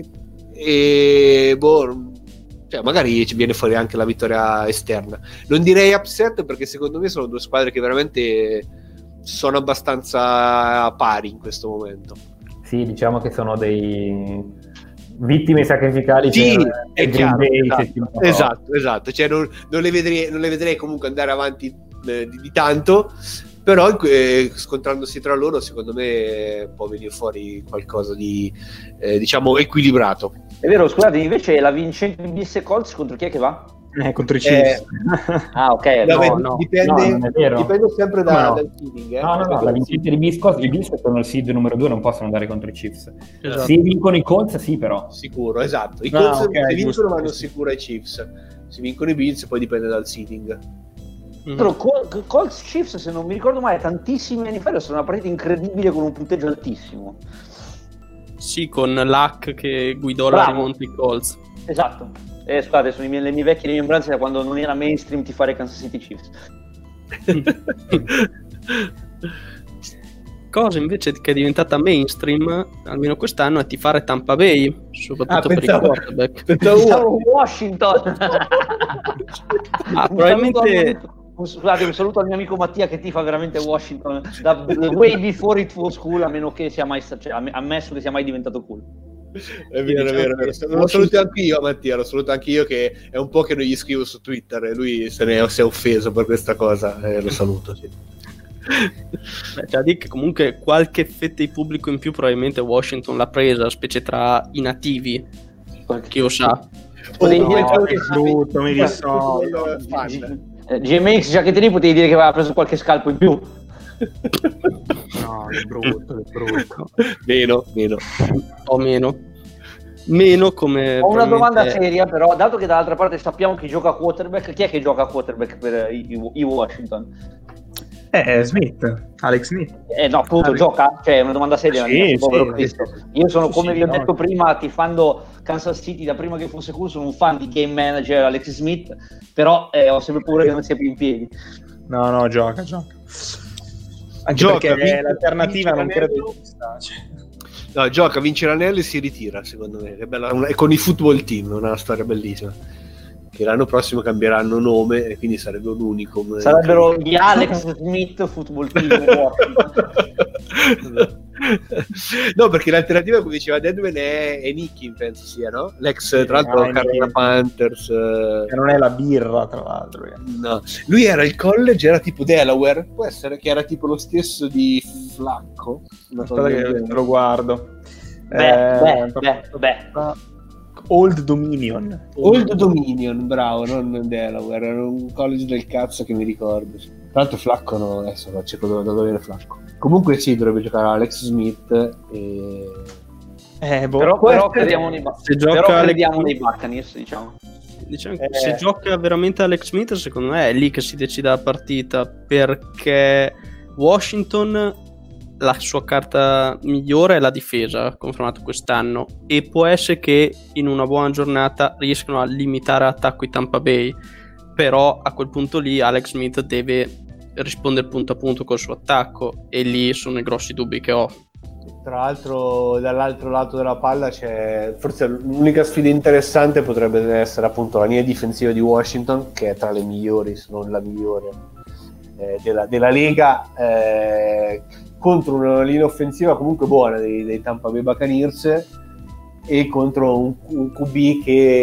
e boh, cioè magari ci viene fuori anche la vittoria esterna. Non direi upset, perché secondo me sono due squadre che veramente sono abbastanza pari in questo momento. Sì, diciamo che sono dei vittime sacrificali Sì, per è Green chiaro, Bay esatto, settimana fa. esatto, esatto. Cioè non, non le vedrei, non le vedrei comunque andare avanti eh, di, di tanto, però eh, scontrandosi tra loro secondo me può venire fuori qualcosa di eh, diciamo equilibrato. È vero, scusate, invece la vincente di Bills e Colts contro chi è che va? Eh, contro i Chiefs. Ah, ok, No, no, beh, no. dipende, no, non è vero. dipende sempre da, Come no? dal feeling. Eh? No, no, no, Dipende la dal vincente di Bills, i Bills sono il seed numero due, non possono andare contro i Chiefs. Esatto. Se vincono i Colts, sì, però. sicuro, esatto. I Ah, Colts ok, se vincono giusto, vanno giusto. sicuro ai Chiefs. Se vincono i Bills poi dipende dal seeding. Mm. Però Col- Colts Chiefs, se non mi ricordo male, tantissimi anni fa è stata una partita incredibile con un punteggio altissimo. Sì, con Luck che guidò Bravo. la rimonta i Colts. Esatto. Eh, scusate, sono i miei- le mie vecchie rimembranze da quando non era mainstream tifare Kansas City Chiefs. Cosa invece che è diventata mainstream, almeno quest'anno, è tifare Tampa Bay, soprattutto Ah, per pensavo- i quarterback. Pensavo- Pensavo Washington. Ma Un probabilmente- saluto al mio amico- un- Scusate, un saluto al mio amico Mattia che tifa veramente Washington da way before it was cool, a meno che sia mai sta- cioè, amm- ammesso che sia mai diventato cool. È vero, è vero, è vero. Lo saluto anche io, Mattia, lo saluto anche io, che è un po' che non gli scrivo su Twitter e lui se ne si è offeso per questa cosa, e lo saluto, sì. Beh, c'è da dire che comunque qualche fetta di pubblico in più probabilmente Washington l'ha presa, specie tra i nativi, chi lo sa. Potevi Oh, dire no, quello che che brutto, mi G- dissocio. fan. eh, G M X Giacchettini potevi dire che aveva preso qualche scalpo in più. No, è brutto, è brutto. Meno, meno. O meno. Meno come... Ho una domanda probabilmente- seria, però, dato che dall'altra parte sappiamo chi gioca a quarterback, chi è che gioca a quarterback per i, i- i Washington? Eh, Smith, Alex Smith. Eh no, appunto, Alex- gioca? Cioè, è una domanda seria, Sì, la mia, sì, povero sì, Cristo. sì, sì. Io sono, Sì, come sì, vi ho no. detto prima, tifando Kansas City da prima che fosse cool, sono un fan di game manager Alex Smith, però eh, ho sempre paura che non sia più in piedi. No, no, gioca, gioca. Anche Gioca, perché vince- l'alternativa non vince credo l'anello. che ci sta. Cioè. No, gioca, vince l'anello e si ritira, secondo me. È bella, una- è con i football team, una storia bellissima. Che l'anno prossimo cambieranno nome e quindi sarebbe un unicum. Sarebbero gli Alex Smith Football Team Washington. No, perché l'alternativa, come diceva Deadman, è, è Nicky, penso sia, no? L'ex, tra l'altro, Ah, Carolina niente. Panthers. eh, Che non è la birra, tra l'altro. eh. No, lui era il college, era tipo Delaware, può essere che era tipo lo stesso di Flacco. Una cosa Aspetta del che genere. te lo guardo. Beh, Eh, beh, beh, beh. Old Dominion. Old Dominion, bravo, non Delaware, era un college del cazzo che mi ricordo. Tra l'altro Flacco no, adesso lo cerco da dove viene Flacco. Comunque sì, dovrebbe giocare Alex Smith e... Eh, boh, Però, può però essere- crediamo nei, Se gioca però Alex crediamo Smith- nei Buccaneers, diciamo. Diciamo che Eh. se gioca veramente Alex Smith, secondo me è lì che si decide la partita, perché Washington la sua carta migliore è la difesa, confermato quest'anno, e può essere che in una buona giornata riescano a limitare l'attacco di Tampa Bay, però a quel punto lì Alex Smith deve rispondere punto a punto col suo attacco e lì sono i grossi dubbi che ho. Tra l'altro dall'altro lato della palla c'è forse l'unica sfida interessante potrebbe essere appunto la linea difensiva di Washington, che è tra le migliori, se non la migliore eh, della, della Lega, eh, contro una linea offensiva comunque buona dei, dei Tampa Bay Buccaneers, e contro un, un Q B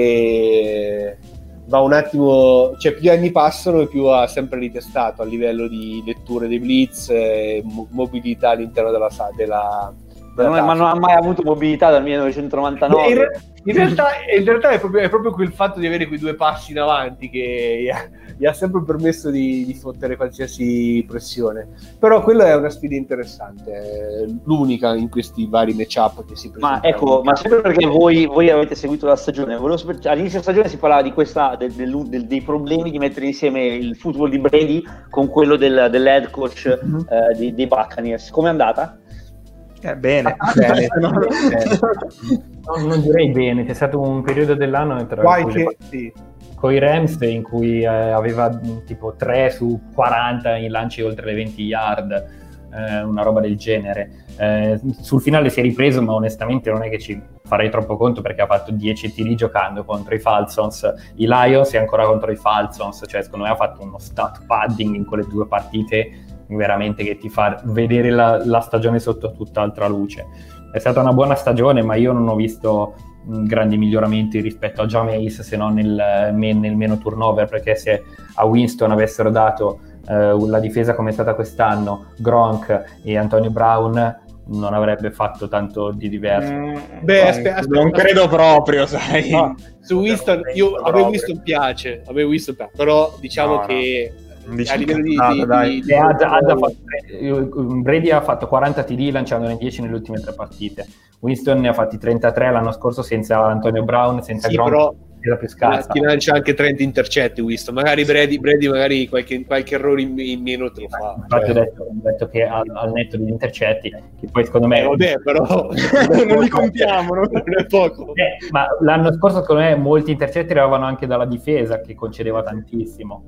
che va un attimo, cioè più anni passano e più ha sempre ritestato a livello di letture dei blitz e mo- mobilità all'interno della della, della ma, non è, ma non ha mai avuto mobilità dal millenovecentonovantanove. in, re- in realtà, in realtà è, proprio, è proprio quel fatto di avere quei due passi in avanti che gli ha, gli ha sempre permesso di, di fottere qualsiasi pressione. Però quella è una sfida interessante, l'unica in questi vari matchup che si presentano. Ma ecco, ma sempre perché voi, voi avete seguito la stagione, volevo sapere, all'inizio della stagione si parlava di questa, del, del, del, dei problemi di mettere insieme il football di Brady con quello del, dell'head coach mm-hmm. eh, dei, dei Buccaneers. Com'è andata? Eh, bene, bene. non, non direi bene, c'è stato un periodo dell'anno tra qualche sì. con i Rams in cui eh, aveva tipo tre su quaranta in lanci oltre le venti yard, eh, una roba del genere. Eh, sul finale si è ripreso, ma onestamente non è che ci farei troppo conto, perché ha fatto dieci tiri giocando contro i Falcons, i Lions e ancora contro i Falcons, cioè secondo me ha fatto uno stat padding in quelle due partite veramente che ti fa vedere la, la stagione sotto tutt'altra luce. È stata una buona stagione, ma io non ho visto mh, grandi miglioramenti rispetto a Jameis, se non nel, nel meno turnover, perché se a Winston avessero dato eh, la difesa come è stata quest'anno, Gronk e Antonio Brown, non avrebbe fatto tanto di diverso. Mm, beh, aspetta, aspetta, non credo proprio, sai. No, su Winston, io avevo visto un piace, avevo visto un piace, però diciamo no, che no. A livello di, di, di, di... Ha, ha, ha fatto, Brady ha fatto quaranta T D lanciandone dieci nelle ultime tre partite. Winston ne ha fatti trentatré l'anno scorso senza Antonio Brown, senza sì, Gronk, però più scarsa. Ti lancia anche trenta intercetti Winston, magari Brady, Brady magari qualche, qualche errore in, in meno te lo fa. Infatti cioè. ho, detto, ho detto che al, al netto degli intercetti, che poi secondo me eh, vabbè, però non li compiamo, non è poco. Eh, ma l'anno scorso secondo me molti intercetti arrivavano anche dalla difesa, che concedeva tantissimo.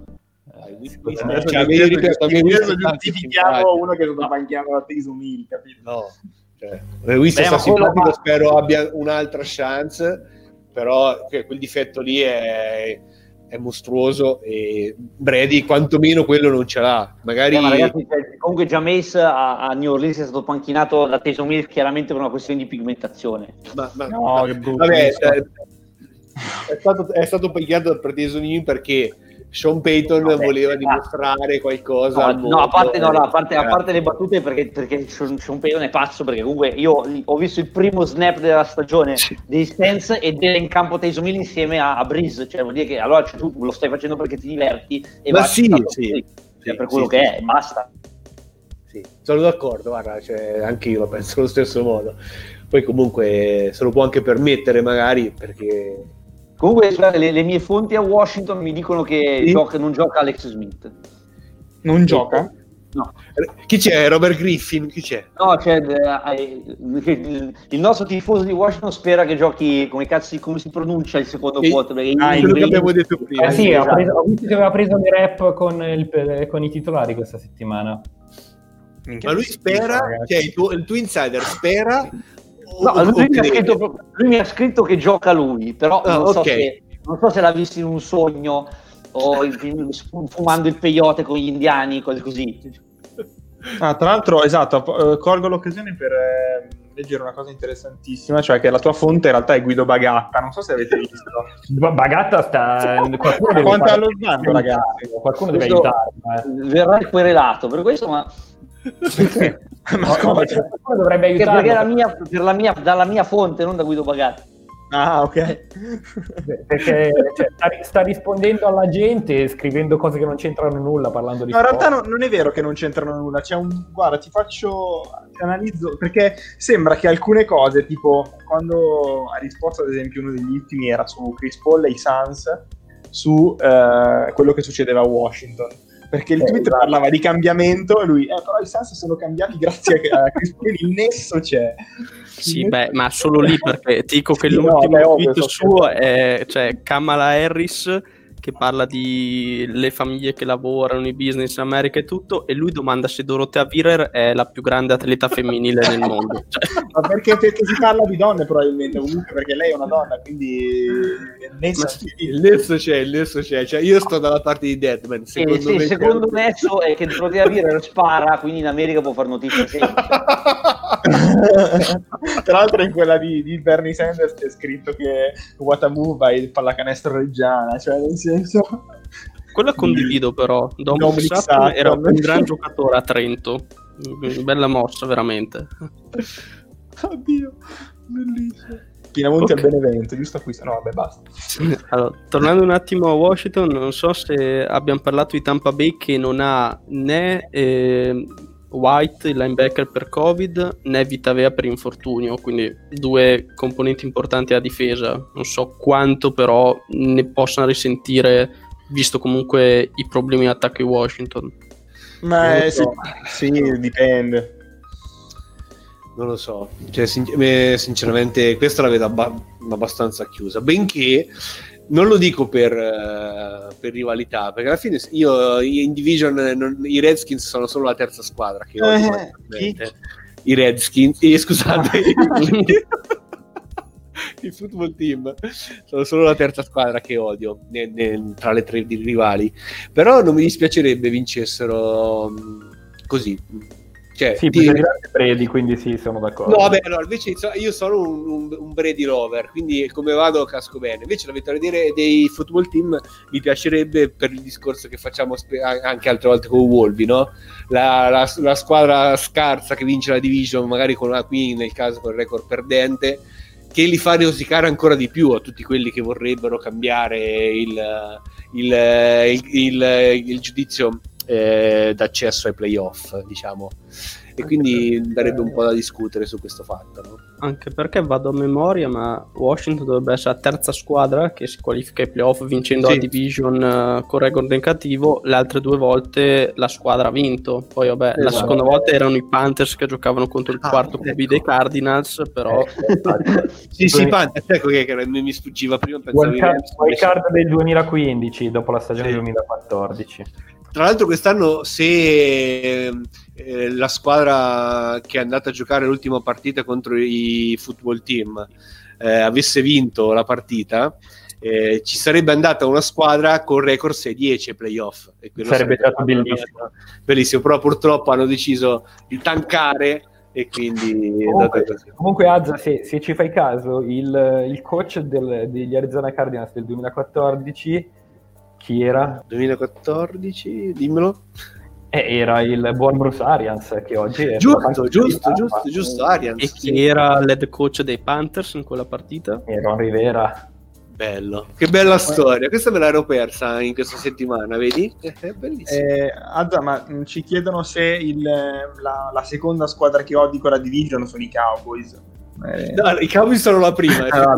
Giustifichiamo uno che non banchiamo la Taysom Hill, capito? No, cioè, Winston sta simpatico, ma... spero abbia un'altra chance, però cioè, quel difetto lì è, è mostruoso e Brady quantomeno quello non ce l'ha. Magari... Eh, ma ragazzi, comunque Jameis a, a New Orleans è stato panchinato da Taysom Hill chiaramente per una questione di pigmentazione. Ma, ma, no, ma, che brutto. Vabbè, è, è stato, è stato panchinato per Taysom Hill perché Sean Payton Vabbè, voleva eh, dimostrare qualcosa. No, no, a parte, no, no, a parte, a parte le battute, perché, perché Sean, Sean Payton è pazzo, perché comunque io ho visto il primo snap della stagione dei Saints ed è in campo Taysom Hill insieme a, a Breeze, cioè vuol dire che allora cioè, tu lo stai facendo perché ti diverti e ma va sì, sì, sì, cioè, per quello sì, che sì, è, basta. Sì, sono d'accordo, guarda, cioè, anche io lo penso allo stesso modo. Poi comunque se lo può anche permettere magari, perché comunque le, le mie fonti a Washington mi dicono che sì? gioca, non gioca Alex Smith. Non sì. gioca? No. Chi c'è? Robert Griffin? Chi c'è? No, c'è eh, il, il nostro tifoso di Washington spera che giochi, come cazzo come si pronuncia il secondo e, quarterback? Ah, quello che abbiamo detto prima. Eh sì, esatto. preso, ho visto che aveva preso le rep con, il, con i titolari questa settimana. Ma lui spera, cioè il tuo, il tuo insider spera. No, o, lui, o mi ha scritto, lui mi ha scritto che gioca lui, però ah, non, so okay. se, non so se l'ha visto in un sogno o in, fumando il peyote con gli indiani, cose così. Ah, tra l'altro, esatto, colgo l'occasione per eh, leggere una cosa interessantissima, cioè che la tua fonte in realtà è Guido Bagatta, non so se avete visto. Bagatta sta... Qualcuno quanto allo sbando, ragazzi? Qualcuno deve questo aiutarlo. Eh. Verrà querelato per questo, ma... ma come? Qualcuno dovrebbe aiutarlo. Perché la mia, per la mia, dalla mia fonte, non da Guido Bagatta. Ah, ok. Perché cioè, sta, sta rispondendo alla gente scrivendo cose che non c'entrano nulla, parlando di no, in realtà no, non è vero che non c'entrano nulla. C'è un guarda, ti faccio ti analizzo perché sembra che alcune cose, tipo quando ha risposto ad esempio uno degli ultimi era su Chris Paul e i Suns, su eh, quello che succedeva a Washington, perché il tweet eh, esatto. parlava di cambiamento e lui eh, però i Suns sono cambiati grazie a Chris Paul, il nesso c'è. Sì, beh, ma solo lì, perché ti dico che sì, l'ultimo no, tweet ovvio, suo è cioè Kamala Harris che parla di le famiglie che lavorano, i business in America e tutto, e lui domanda se Dorothea Virer è la più grande atleta femminile nel mondo. Cioè, Ma perché, perché si parla di donne probabilmente, comunque perché lei è una donna, quindi il nesso, sì, il nesso c'è, il nesso c'è, cioè io sto dalla parte di Deadman, secondo sì, me sì, secondo me è che il Proteavir spara, quindi in America può far notizia sempre. Tra l'altro in quella di, di Bernie Sanders c'è scritto che Watamuva è il pallacanestro reggiana, cioè nel senso... Quella condivido però, Dominic Sutton era un gran giocatore a Trento, bella mossa veramente. Oddio, bellissimo. Pinamonti okay. Al Benevento, giusto qui? No, vabbè, basta. Allora, tornando un attimo a Washington, non so se abbiamo parlato di Tampa Bay che non ha né eh, White, il linebacker per Covid, né Vitavea per infortunio, quindi due componenti importanti a difesa. Non so quanto però ne possano risentire, visto comunque i problemi di attacco di Washington. Ma eh, so. sì, sì, dipende. Non lo so, cioè, sin- sinceramente questa la vedo abba- abbastanza chiusa, benché non lo dico per, uh, per rivalità, perché alla fine io in division non, i Redskins sono solo la terza squadra che ho eh, i Redskins, eh, scusate il football team sono solo la terza squadra che odio ne, ne, tra le tre di rivali, però non mi dispiacerebbe vincessero um, così, cioè, sì, ti... perché Brady, quindi sì, sono d'accordo. No, vabbè, no, invece io sono un, un, un Brady rover, quindi come vado casco bene. Invece la vittoria dei, dei football team mi piacerebbe per il discorso che facciamo spe- anche altre volte con Wolvi, no? La, la, la squadra scarsa che vince la division, magari con la qui nel caso con il record perdente, che li fa rosicare ancora di più a tutti quelli che vorrebbero cambiare il, il, il, il, il giudizio eh, d'accesso ai playoff, diciamo, e quindi darebbe un po' da discutere su questo fatto, no? Anche perché vado a memoria, ma Washington dovrebbe essere la terza squadra che si qualifica ai playoff vincendo sì. la division uh, con record negativo. Le altre due volte la squadra ha vinto, poi vabbè, esatto. La seconda volta erano i Panthers che giocavano contro il ah, quarto Q B ecco. dei Cardinals, però ecco. sì sì Panthers, ecco che, che mi sfuggiva prima, pensavo il card, il card del duemilaquindici dopo la stagione sì. duemilaquattordici. Tra l'altro quest'anno se eh, la squadra che è andata a giocare l'ultima partita contro i football team eh, avesse vinto la partita, eh, ci sarebbe andata una squadra con record sei dieci ai playoff. E sarebbe stato bellissimo. Bellissimo, però purtroppo hanno deciso di tankare e quindi comunque, comunque Azza, se, se ci fai caso, il, il coach del, degli Arizona Cardinals del duemilaquattordici chi era? duemilaquattordici, dimmelo. Eh, era il buon Bruce Arians, che oggi è giusto, giusto, giusto, giusto, Arians. E chi sì. era l'head coach dei Panthers in quella partita? Era Ron Rivera. Bello, che bella storia. Questa me l'ero persa in questa settimana, vedi? È bellissimo. Eh, Azza, ma ci chiedono se il, la, la seconda squadra che odi con la division sono i Cowboys. Eh... No, i Cowboys sono la prima. Ah,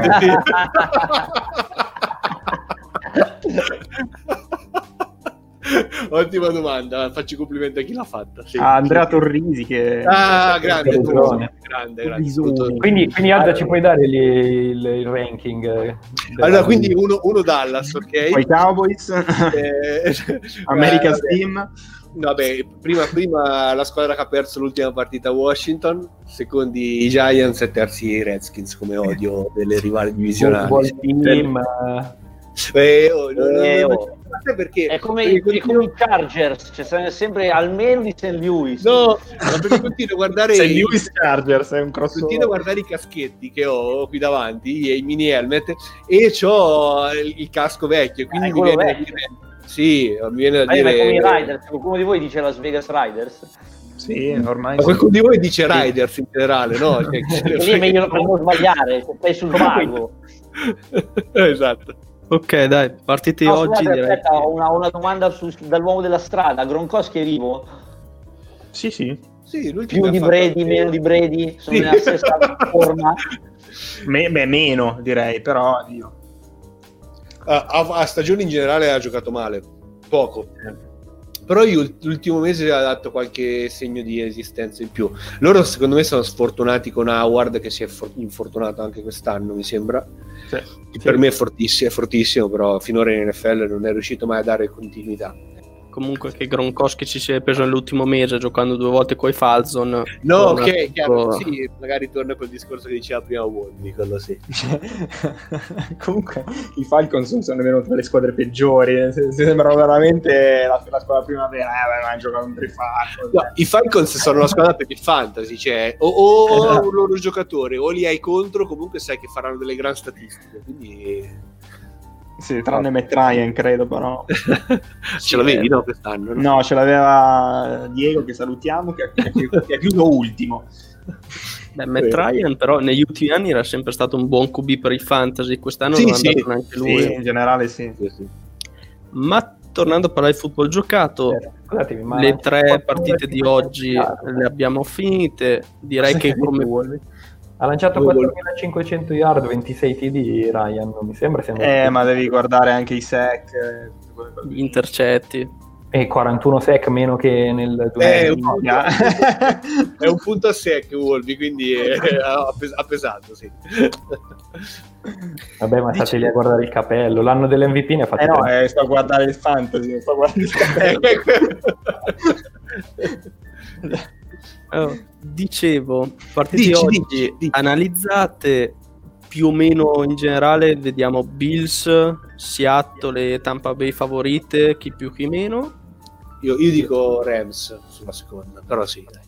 Ottima domanda, faccio complimenti a chi l'ha fatta. Sì. Ah, Andrea Torrisi che ah, grande, grande, grande, grande. Quindi, quindi Alda, ci puoi dare il, il, il ranking? Allora, quindi uno, uno Dallas, ok? Poi Cowboys, eh, America's eh, Team. Vabbè, prima, prima la squadra che ha perso l'ultima partita a Washington, secondi i Giants e terzi i Redskins come odio delle rivali divisionali. Buon team. Eh, oh, no, eh, no, no, oh. no, perché? È come, perché è continuo... come i Chargers, cioè sempre almeno di Saint Louis. No, ma perché continuo a guardare Saint Louis Chargers è un crossover. Continuo a guardare i caschetti che ho qui davanti, i mini helmet, e c'ho il, il casco vecchio, quindi ah, mi viene vecchio. da dire, sì, mi viene da ah, dire ma come i Riders, qualcuno di voi dice Las Vegas Riders? Sì, ormai ma qualcuno sì. di voi dice Riders in generale, no? Cioè, lì è meglio per non sbagliare, se stai sul vago. Esatto. Ok, dai, partite no, oggi. Scusate, direi. aspetta, ho una, una domanda su, dall'uomo della strada. Gronkowski è vivo? Sì, sì. sì Più di Brady, fatto... meno di Brady? Sono sì. nella stessa forma? Me, beh, meno direi, però io. A, a, a stagione in generale ha giocato male, poco. Però io, l'ultimo mese ha dato qualche segno di esistenza in più. Loro secondo me sono sfortunati con Howard, che si è for- infortunato anche quest'anno, mi sembra. Sì, che sì. Per me è fortissimo, è fortissimo, però finora in N F L non è riuscito mai a dare continuità. comunque che Gronkowski ci si è preso nell'ultimo mese giocando due volte coi Falcon. No, con ok, una- chiaro, sì, magari torna quel discorso che diceva prima Wolby, quello sì. Comunque i Falcons non sono nemmeno tra le squadre peggiori, eh, se- se sembrano veramente la, la squadra primavera, eh, ma hanno giocato contro i Falcons. No, i Falcons sono una squadra per il fantasy, cioè o, o un loro giocatore o li hai contro, comunque sai che faranno delle gran statistiche, quindi Sì, tranne Matt Ryan, credo, però. ce l'avevi, no, quest'anno? No? No, ce l'aveva Diego, che salutiamo, che, che, che ha chiuso ultimo. Beh, Matt Ryan però negli ultimi anni era sempre stato un buon Q B per il fantasy, quest'anno Sì, non è sì, andato neanche lui. Sì, in generale sì. Sì, sì. Ma tornando a parlare di football giocato, Eh, scusatemi, ma le tre quattro partite di oggi le abbiamo finite, direi che come... ha lanciato quattromilacinquecento yard, ventisei T D Ryan, non mi sembra sia Eh, ma devi guardare anche i sack, eh, tutte quelle cose. gli intercetti. e quarantuno sec meno che nel Eh, un duemila. punto, è un punto a sec Wolby, quindi eh, ha, pes- ha pesato, sì. Vabbè, ma state lì a guardare il capello, l'anno dell'M V P ne ha fatto Eh no, tre. eh, sto a guardare il fantasy, non sto a guardare il capello. Oh, dicevo, partite Dici, oggi dici, dici. analizzate più o meno in generale, vediamo Bills, Seattle e Tampa Bay favorite, chi più chi meno. Io, io dico Rams sulla seconda, però sì, dai.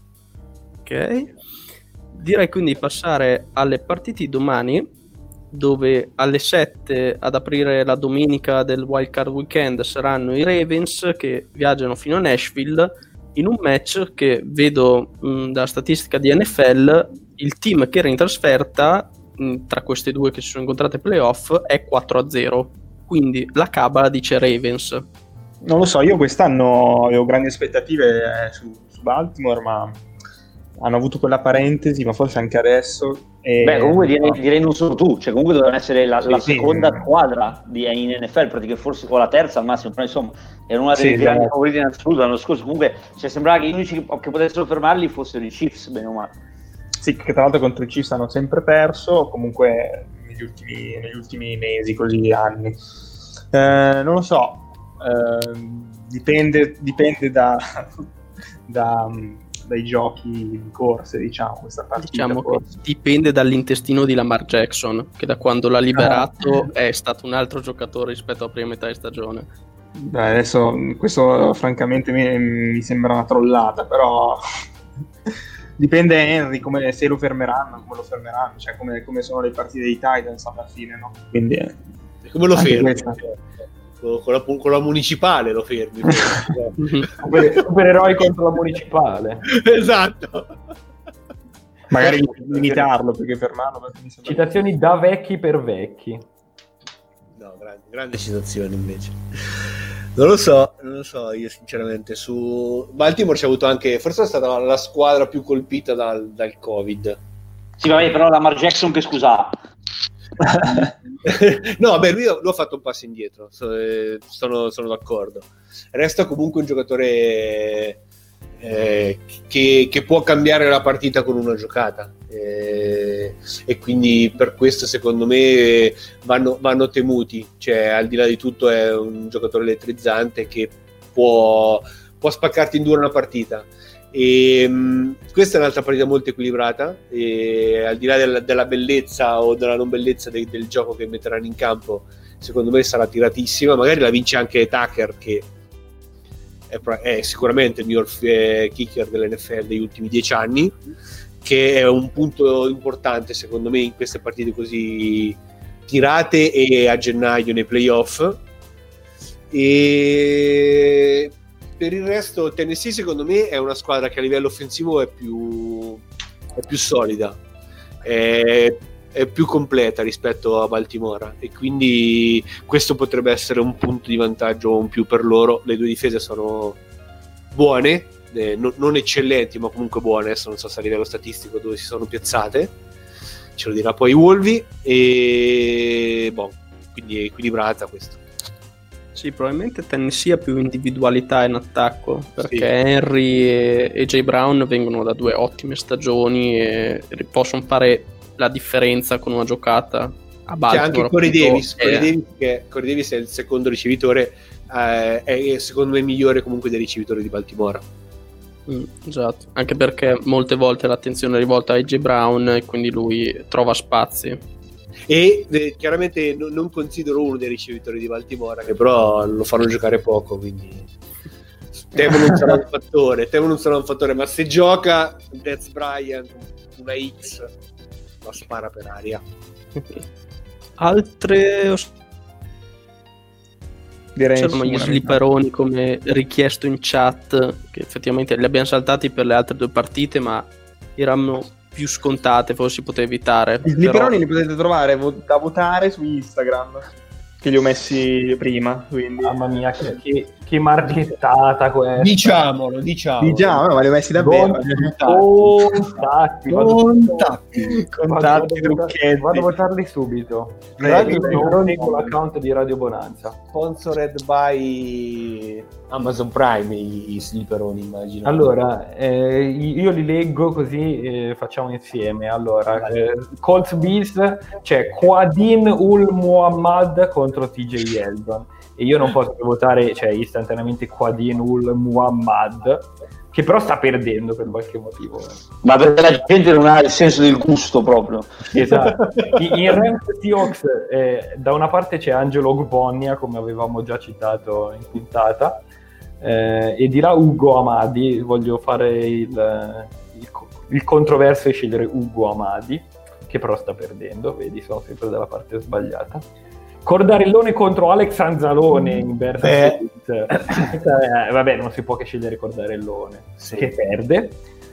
Ok, direi quindi di passare alle partite di domani, dove alle sette ad aprire la domenica del Wild Card Weekend saranno i Ravens che viaggiano fino a Nashville in un match che vedo mh, dalla statistica di N F L, il team che era in trasferta mh, tra queste due che si sono incontrate ai playoff è quattro a zero, quindi la cabala dice Ravens. Non lo so, io quest'anno avevo grandi aspettative eh, su, su Baltimore, ma hanno avuto quella parentesi, ma forse anche adesso. E... Beh, comunque direi, direi non solo tu, cioè comunque dovevano essere la, Sì, la sì. seconda squadra di, in N F L, praticamente forse con la terza al massimo, però insomma era una delle Sì, grandi esatto. favorite in assoluto l'anno scorso. Comunque cioè, sembrava che gli unici che, che potessero fermarli fossero i Chiefs, bene o male. Sì, che tra l'altro contro i Chiefs hanno sempre perso, comunque negli ultimi, negli ultimi mesi, così anni. Eh, non lo so, eh, dipende, dipende da, da, dai giochi in corse, diciamo, questa partita. Diciamo che forse. dipende dall'intestino di Lamar Jackson, che da quando l'ha liberato è stato un altro giocatore rispetto alla prima metà di stagione. Beh, adesso questo francamente mi, mi sembra una trollata, però dipende Henry come, se lo fermeranno, come lo fermeranno, cioè come, come sono le partite dei Titans alla fine, no? Quindi eh, Come lo anche fermi? questa. Con, con la, con la municipale lo fermi. Super, supereroi contro la municipale. Esatto. magari limitarlo perché fermarlo perché mi sembra... Citazioni da vecchi per vecchi. No, grande, grande citazione invece. Non lo so, non lo so, io sinceramente su Baltimore c'è avuto anche, forse è stata la squadra più colpita dal, dal Covid. Sì, vabbè, però Lamar Jackson che scusa. No, beh, lui, lui ha fatto un passo indietro, sono, sono d'accordo. Resta comunque un giocatore eh, che, che può cambiare la partita con una giocata, eh, e quindi per questo secondo me vanno, vanno temuti, cioè al di là di tutto è un giocatore elettrizzante che può, può spaccarti in due una partita. E, mh, questa è un'altra partita molto equilibrata, e al di là della, della bellezza o della non bellezza de, del gioco che metteranno in campo, secondo me sarà tiratissima. Magari la vince anche Tucker, che è, è sicuramente il miglior eh, kicker dell'N F L degli ultimi dieci anni, che è un punto importante secondo me in queste partite così tirate e a gennaio nei playoff. E per il resto Tennessee secondo me è una squadra che a livello offensivo è più, è più solida, è, è più completa rispetto a Baltimora, e quindi questo potrebbe essere un punto di vantaggio in più per loro. Le due difese sono buone, eh, no, non eccellenti ma comunque buone. Adesso non so se a livello statistico dove si sono piazzate, ce lo dirà poi Wolvi, e boh, quindi è equilibrata questo. Sì, probabilmente Tennessee ha più individualità in attacco, perché Sì. Henry e, e Jay Brown vengono da due ottime stagioni e possono fare la differenza con una giocata a C'è Baltimore. anche Corey appunto, Davis, Corey è- Davis che Corey Davis è il secondo ricevitore, eh, è secondo me migliore comunque dei ricevitori di Baltimora. Mm, esatto, anche perché molte volte l'attenzione è rivolta a A J Brown e quindi lui trova spazi. E eh, chiaramente no, non considero uno dei ricevitori di Baltimora, che però lo fanno giocare poco, quindi Temo non sarà un fattore, Temo non sarà un fattore, ma se gioca Dez Bryant una X la spara per aria. Altre Direi c'erano gli slipperoni come richiesto in chat, che effettivamente li abbiamo saltati per le altre due partite, ma erano più scontate, forse si poteva evitare. I slipperoni però... li potete trovare vo- da votare su Instagram, che li ho messi prima, quindi Mamma mia, che, che, che marchettata questa. Diciamolo, diciamo. diciamo, ma li ho messi davvero. Contatti, Contatti, contatti, trucchetti. Vado a votarli subito. Radio Slipperoni con l'account di Radio Bonanza. Sponsored by Amazon Prime i, i slipperoni, immagino. Allora, eh, io li leggo così eh, facciamo insieme. Allora, eh, Colts Bills c'è Quadin Ul Muhammad contro T J Yeldon e io non posso votare, cioè istantaneamente Quadin Ul Muhammad, che però sta perdendo per qualche motivo. Ma perché la gente non ha il senso del gusto proprio. Esatto. In, in Rams Seahawks eh, da una parte c'è Angelo Ogbonia, come avevamo già citato in puntata, eh, e di là Ugo Amadi. Voglio fare il, il, il controverso e scegliere Ugo Amadi, che però sta perdendo, vedi, sono sempre dalla parte sbagliata. Cordarellone contro Alex Anzalone in Bersa eh. eh, vabbè, non si può che scegliere Cordarellone, sì, che perde.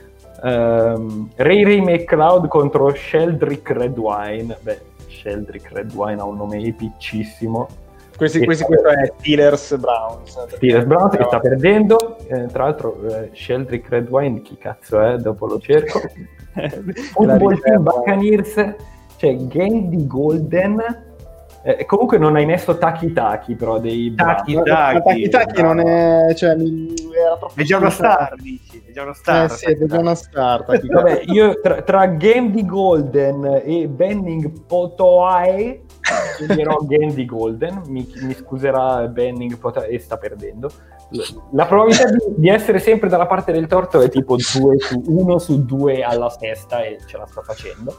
um, Ray Ray McLeod contro Sheldrick Redwine. Beh, Sheldrick Redwine ha un nome epiccissimo. Questi, questi, questo è Steelers Browns. Steelers Browns che sta perdendo. Eh, tra l'altro, eh, Sheldrick Redwine, chi cazzo è? Dopo lo cerco. Football Team Buccaneers, c'è Gandy Golden. Eh, comunque non hai messo Taki Taki, però dei Taki Taki, Taki, Taki non è, cioè, mi, era troppo è già una star, dici, è già una star. Eh sì, è già una star. Taki. Vabbè, io tra, tra Gandy Golden e Benning Potoae sceglierò Gandy Golden, mi, mi scuserà Benning Potoae e sta perdendo. La probabilità di, di essere sempre dalla parte del torto è tipo due su uno su due alla sesta e ce la sta facendo.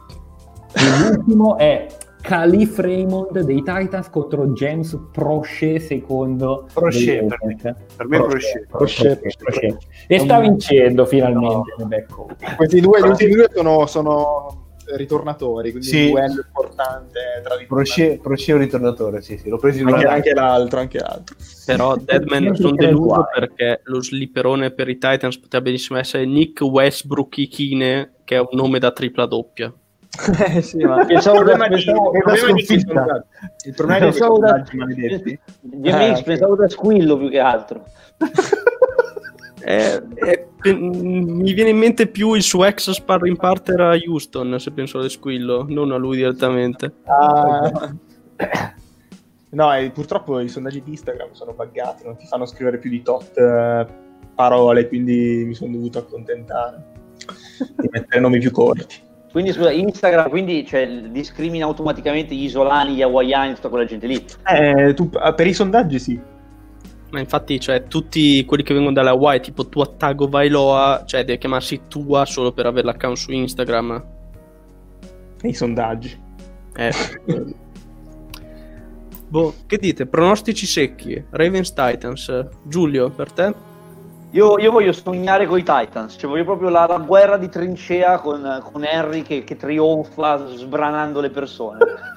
E l'ultimo è Khalif Raymond dei Titans contro James Prochet secondo Prochet, per me, per me Prochet. Prochet, Prochet, Prochet. E sta vincendo finalmente no. Back questi due, gli ultimi due sono, sono ritornatori, quindi sì. Un duello importante tra i Prochet, Prochet è un ritornatore, sì, sì, l'ho preso anche, anche l'altro, anche l'altro. Però Deadman sono deluso perché lo slipperone per i Titans poteva benissimo essere Nick Westbrook-Ichine, che è un nome da tripla doppia. Eh sì, ma pensavo il problema da, di, il problema di sondaggi, il problema di sondaggi maledetti. Eh, pensavo da squillo più che altro. eh, eh, mi viene in mente più il suo ex sparring partner a Houston, se penso alle squillo, non a lui direttamente. Ah. No, e purtroppo i sondaggi di Instagram sono buggati, non ti fanno scrivere più di tot uh, parole, quindi mi sono dovuto accontentare di mettere nomi più corti. Quindi scusa, Instagram quindi cioè, discrimina automaticamente gli isolani, gli hawaiani, tutta quella gente lì? Eh, tu, per i sondaggi sì. Ma infatti, cioè, tutti quelli che vengono dalle Hawaii, tipo Tua Tago Vailoa, cioè deve chiamarsi Tua solo per avere l'account su Instagram. E i sondaggi. Eh. Boh, che dite? Pronostici secchi. Ravens Titans. Giulio, per te? Io, io voglio sognare con i Titans, cioè voglio proprio la, la guerra di trincea con, con Henry che, che trionfa sbranando le persone.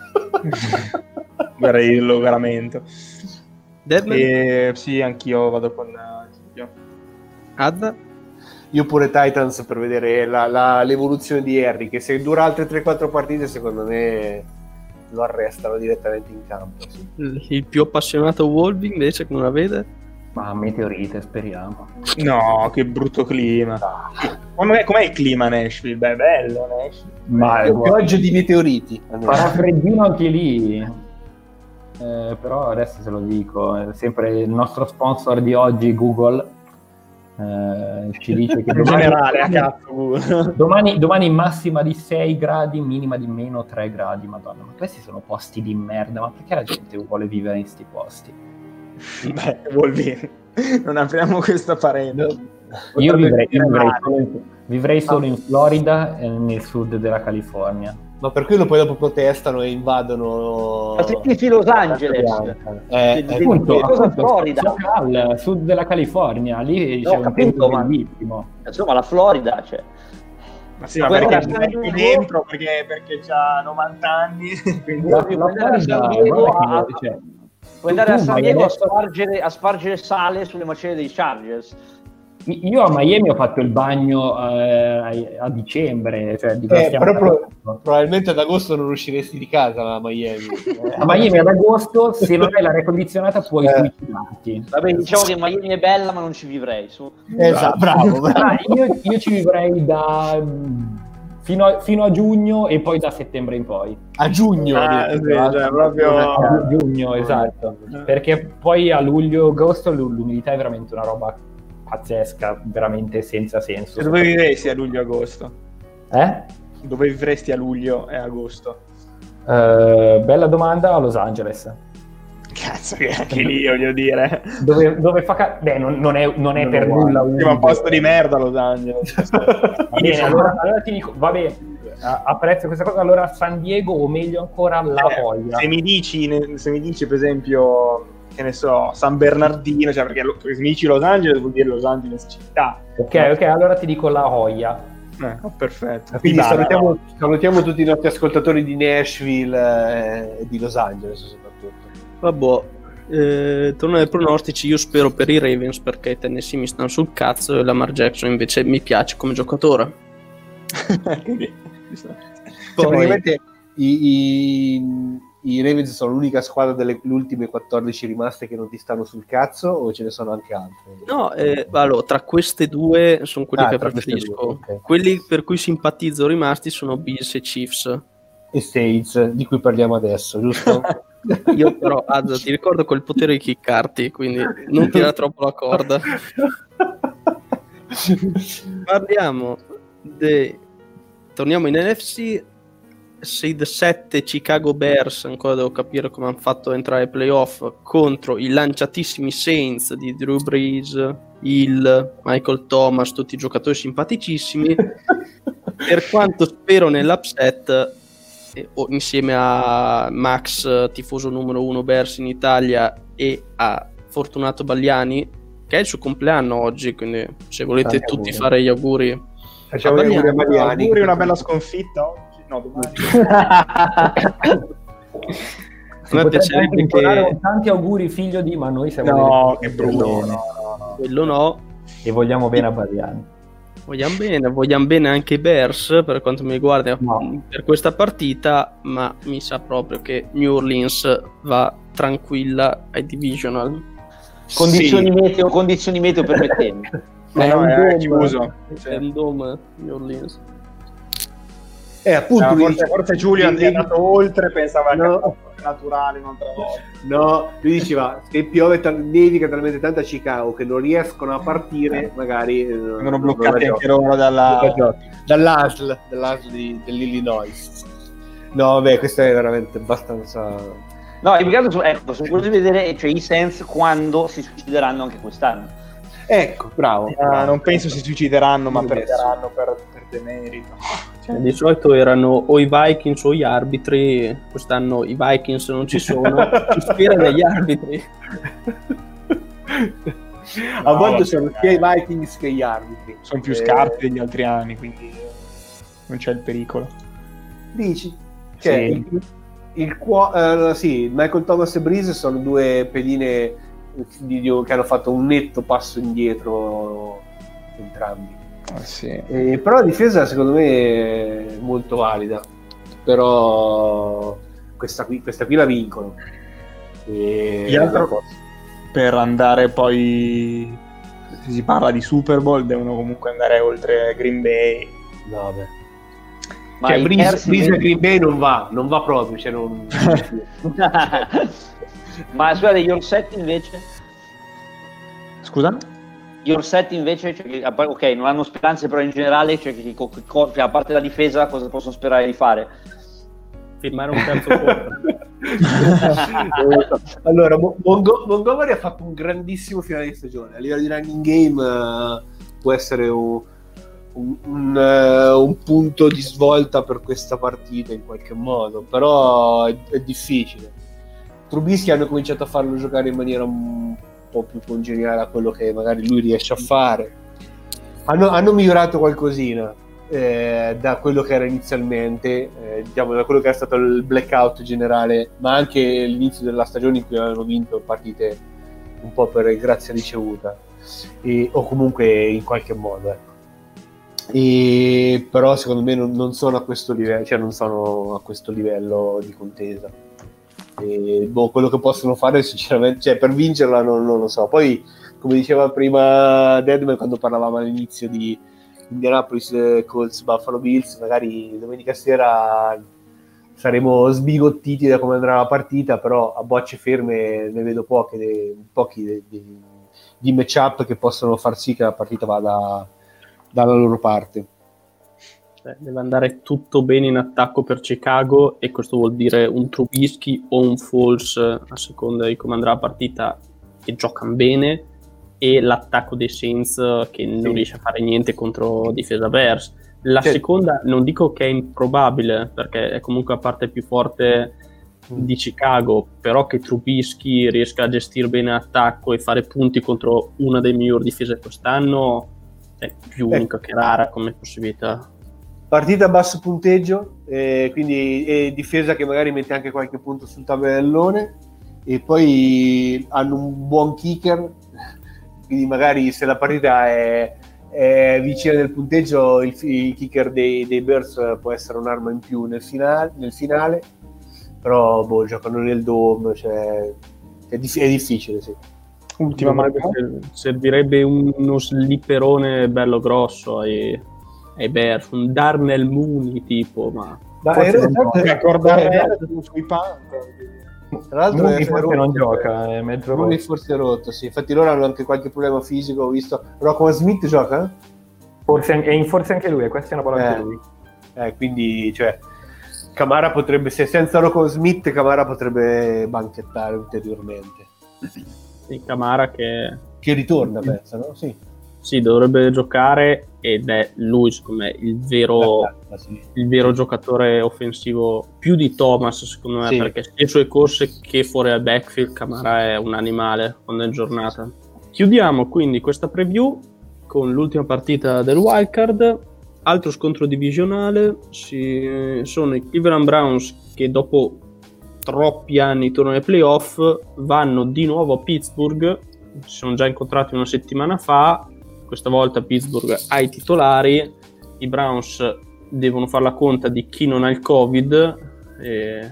Vorrei dirlo veramente. Deadman? E, sì, anch'io vado con Giulio. Adda? Io pure Titans per vedere la, la, l'evoluzione di Henry, che se dura altre tre quattro partite secondo me lo arrestano direttamente in campo. Sì. Il più appassionato Wolving invece come la vede? Ma meteorite, speriamo. No, che brutto clima. Com'è, com'è il clima a Nashville? Beh, bello Nashville. Ma è pioggia di meteoriti. Farà freddino anche lì. Eh, però adesso se lo dico, è sempre il nostro sponsor di oggi, Google. Eh, ci dice che in domani, generale, a cazzo. domani, domani massima di sei gradi, minima di meno tre gradi. Madonna, ma questi sono posti di merda. Ma perché la gente vuole vivere in sti posti? Beh, vuol bene. Non apriamo questa parete. Io vivrei, io vivrei solo, in, vivrei solo in Florida e nel sud della California. Ma per quello poi dopo protestano e invadono. Ma se tifi Los Angeles, eh, eh, appunto, cosa Florida, al sud della California, lì no, c'è un capito, tempo ma bellissimo. insomma la Florida, cioè. Ma sì, ma Guarda, perché San è Diego- qui dentro, perché, perché c'ha novanta anni, quindi La, Puoi la andare a San Florida, Diego guarda a- che, cioè, Puoi andare a tu San vai Diego a adesso- spargere, a spargere sale sulle macerie dei Chargers. Io a Miami ho fatto il bagno eh, a dicembre, cioè di Eh, stiamo però pro- parlando. probabilmente ad agosto non usciresti di casa a Miami. A Miami ad agosto, se non hai l'aria condizionata, puoi Eh. suicidarti. Vabbè, diciamo che Miami è bella, ma non ci vivrei. Su. Esatto, bravo, bravo. Ah, io, io ci vivrei da fino a, fino a giugno e poi da settembre in poi. A giugno. Ah, detto, sì, tra cioè, l'altro. proprio- A giugno, esatto. Perché poi a luglio, agosto l- l'umidità è veramente una roba pazzesca, veramente senza senso. E dove vivresti a luglio-agosto? Eh? Dove vivresti a luglio e agosto? Eh, bella domanda, a Los Angeles. Cazzo, che anche lì, voglio dire. Dove, dove fa ca- Beh, non, non è, non è Non per è uguale. nulla Sì, umido. ma un posto di merda Los Angeles. Va bene, allora, allora ti dico, va bene, a- apprezzo questa cosa, allora San Diego o meglio ancora La Eh, Jolla. se mi dici, se mi dici per esempio, che ne so, San Bernardino, cioè perché, lo- se mi dici Los Angeles vuol dire Los Angeles città. Ok, ok, allora ti dico La Jolla. Eh, oh, perfetto. Quindi Sì, salutiamo, no. salutiamo tutti i nostri ascoltatori di Nashville e di Los Angeles soprattutto. Vabbè, eh, tornando ai pronostici, io spero per i Ravens perché i Tennessee mi stanno sul cazzo e Lamar Jackson invece mi piace come giocatore. Quindi, Cioè, Poi- praticamente i, i, i Ravens sono l'unica squadra delle ultime quattordici rimaste che non ti stanno sul cazzo o ce ne sono anche altre? No, eh, allora, tra queste due sono quelli Ah, che tra queste preferisco. due, ok. Quelli per cui simpatizzo rimasti sono Bills e Chiefs. E Saints, di cui parliamo adesso, giusto? Io però, Azza, ti ricordo quel potere di kickarti, quindi non tirare troppo la corda. Parliamo de... Torniamo in N F C. Seed sette Chicago Bears, ancora devo capire come hanno fatto a entrare ai playoff, contro i lanciatissimi Saints di Drew Brees, Hill, Michael Thomas, tutti giocatori simpaticissimi. Per quanto spero nell'upset, eh, o- insieme a Max, tifoso numero uno Bears in Italia, e a Fortunato Bagliani, che è il suo compleanno oggi, quindi se volete Tanti tutti auguri. fare gli auguri. Facciamo Ah, gli auguri a Bagliani, Mariani. auguri, una bella sconfitta oggi. No, domani. Si me potrebbe piacerebbe anche intonare che- un tanti auguri figlio di, ma noi siamo No, delle che persone brutto. bene No, no, no. Quello no. e vogliamo bene a Bagliani. Vogliamo bene, vogliamo bene anche i Bears per quanto mi riguarda No. per questa partita, ma mi sa proprio che New Orleans va tranquilla ai divisional. Condizioni Sì. meteo, condizioni meteo permettenti. Eh, È no, un è dome. chiuso. È il dome New Orleans. Eh, appunto, Eh, lui forse, dice- forse Giulio lui- è andato oltre, pensava No. che fosse naturale un'altra volta. No, lui diceva se piove tal- nevica talmente tanto a Chicago che non riescono a partire, magari eh, Vengono non bloccati la anche giocano. loro dalla... Non la giocano. dall'A S L, dall'A S L di- dell'Illinois. No, vabbè, questo è veramente abbastanza. No, in caso, ecco, sono curioso di vedere cioè, i Saints quando si suicideranno anche quest'anno. Ecco, bravo. Ah, non penso si suicideranno, ma Io adesso. perderanno per, per demerito. Cioè, di solito erano o i Vikings o gli arbitri, quest'anno i Vikings non ci sono, si spera negli arbitri. A No, volte sono eh. sia i Vikings che gli arbitri. Sono più Eh, scarsi degli altri anni, quindi non c'è il pericolo. Dici? Cioè, Sì. il, il cuo- eh, sì, Michael Thomas e Breeze sono due pedine di- di- che hanno fatto un netto passo indietro entrambi. Ah, sì. Eh, però la difesa secondo me è molto valida, però questa qui, questa qui la vincono. E Gli altri- Per andare poi, se si parla di Super Bowl, devono comunque andare oltre Green Bay. no, vabbè. Ma Cioè, i Breeze, Bears Breeze a invece- Green Bay non va, non va proprio. Cioè non... Ma scusate, gli orsetti invece? Scusa? Gli orsetti invece, cioè, che- a par- ok, non hanno speranze, però in generale, cioè, che- co- co- cioè, a parte la difesa, cosa possono sperare di fare? Firmare un terzo quarto. Allora, Mongo- Montgomery ha fatto un grandissimo finale di stagione. A livello di running game uh, può essere un, un, un, uh, un punto di svolta per questa partita in qualche modo, però è, è difficile. Trubisky hanno cominciato a farlo giocare in maniera un po' più congeniale a quello che magari lui riesce a fare. Hanno, hanno migliorato qualcosina eh, da quello che era inizialmente, eh, diciamo da quello che era stato il blackout generale, ma anche l'inizio della stagione in cui avevano vinto partite un po' per grazia ricevuta, e, o comunque in qualche modo, ecco. E, però secondo me non, non sono a questo livello, cioè non sono a questo livello di contesa. E, boh, quello che possono fare sinceramente, cioè per vincerla non, non lo so. Poi come diceva prima Deadman quando parlavamo all'inizio di Indianapolis Colts Buffalo Bills, magari domenica sera saremo sbigottiti da come andrà la partita, però a bocce ferme ne vedo poche de, pochi de, de, di matchup che possono far sì che la partita vada dalla loro parte. Deve andare tutto bene in attacco per Chicago, e questo vuol dire un Trubisky o un Foles a seconda di come andrà la partita, che giocano bene, e l'attacco dei Saints che non sì. riesce a fare niente contro difesa Bears. La sì. seconda non dico che è improbabile, perché è comunque la parte più forte mm. di Chicago, però che Trubisky riesca a gestire bene l'attacco e fare punti contro una delle migliori difese quest'anno è più eh. unica che rara come possibilità. Partita a basso punteggio, eh, quindi e difesa che magari mette anche qualche punto sul tabellone, e poi hanno un buon kicker, quindi magari se la partita è, è vicina del punteggio il, il kicker dei, dei Bears può essere un'arma in più nel finale, nel finale però boh, giocano nel dome, cioè, è, diff- è difficile, sì. Ultima marca, servirebbe uno slipperone bello grosso ai, ai Bears, un Darnell Mooney tipo, ma ricordare sui Panther. Tra l'altro Mooney forse non gioca, è mezzo rotto. Mooney forse è rotto, sì. Infatti loro hanno anche qualche problema fisico, ho visto. Rocco Smith gioca? Forse anche, e forse anche lui, questa è una parola eh, anche lui. Eh, quindi, cioè, Camara potrebbe, se senza Rocco Smith, Camara potrebbe banchettare ulteriormente. Sì, Camara che... Che ritorna, pensa, no? Sì. Sì, dovrebbe giocare, ed è lui, secondo me, il vero, ah, sì. il vero giocatore offensivo, più di Thomas, secondo me, sì. perché sia le sue corse che fuori al backfield, Camara è un animale quando è in giornata. Chiudiamo quindi questa preview con l'ultima partita del wildcard. Altro scontro divisionale, si, sono i Cleveland Browns che dopo troppi anni tornano ai playoff, vanno di nuovo a Pittsburgh, si sono già incontrati una settimana fa. Questa volta Pittsburgh ha i titolari, i Browns devono fare la conta di chi non ha il Covid. E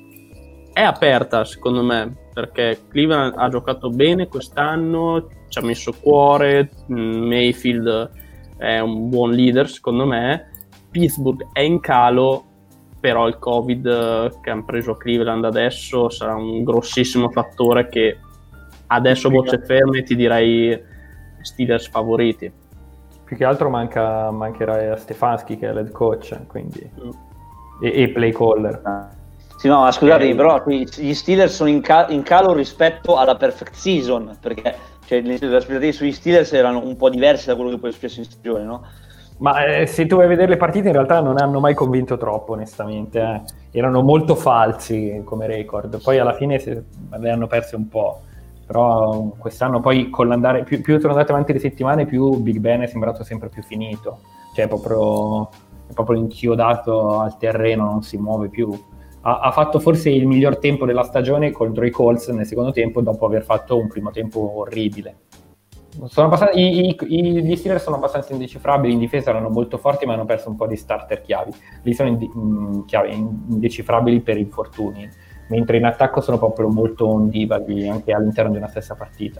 è aperta secondo me, perché Cleveland ha giocato bene quest'anno, ci ha messo cuore, Mayfield è un buon leader secondo me. Pittsburgh è in calo, però il Covid che hanno preso a Cleveland adesso sarà un grossissimo fattore che adesso a bocce ferme ti direi Steelers favoriti. Più che altro manca, mancherà Stefanski che è l'head coach, quindi mm. e, e play caller. Sì, no, ma scusatemi, però gli Steelers sono in, cal- in calo rispetto alla perfect season, perché cioè, le, le aspettative sugli Steelers erano un po' diverse da quello che poi è successo in stagione, no? Ma eh, se tu vai a vedere le partite in realtà non hanno mai convinto troppo, onestamente, eh. Erano molto falsi come record, poi alla fine se, le hanno perse un po'. Però quest'anno poi con l'andare più, più sono andate avanti le settimane, più Big Ben è sembrato sempre più finito, cioè è proprio, è proprio inchiodato al terreno, non si muove più. Ha, ha fatto forse il miglior tempo della stagione contro i Colts nel secondo tempo, dopo aver fatto un primo tempo orribile. Sono abbastanza, i, i, gli Steelers sono abbastanza indecifrabili, in difesa erano molto forti ma hanno perso un po' di starter chiavi, lì sono indi, in, chiavi, indecifrabili per infortuni, mentre in attacco sono proprio molto ondivaghi anche all'interno di una stessa partita.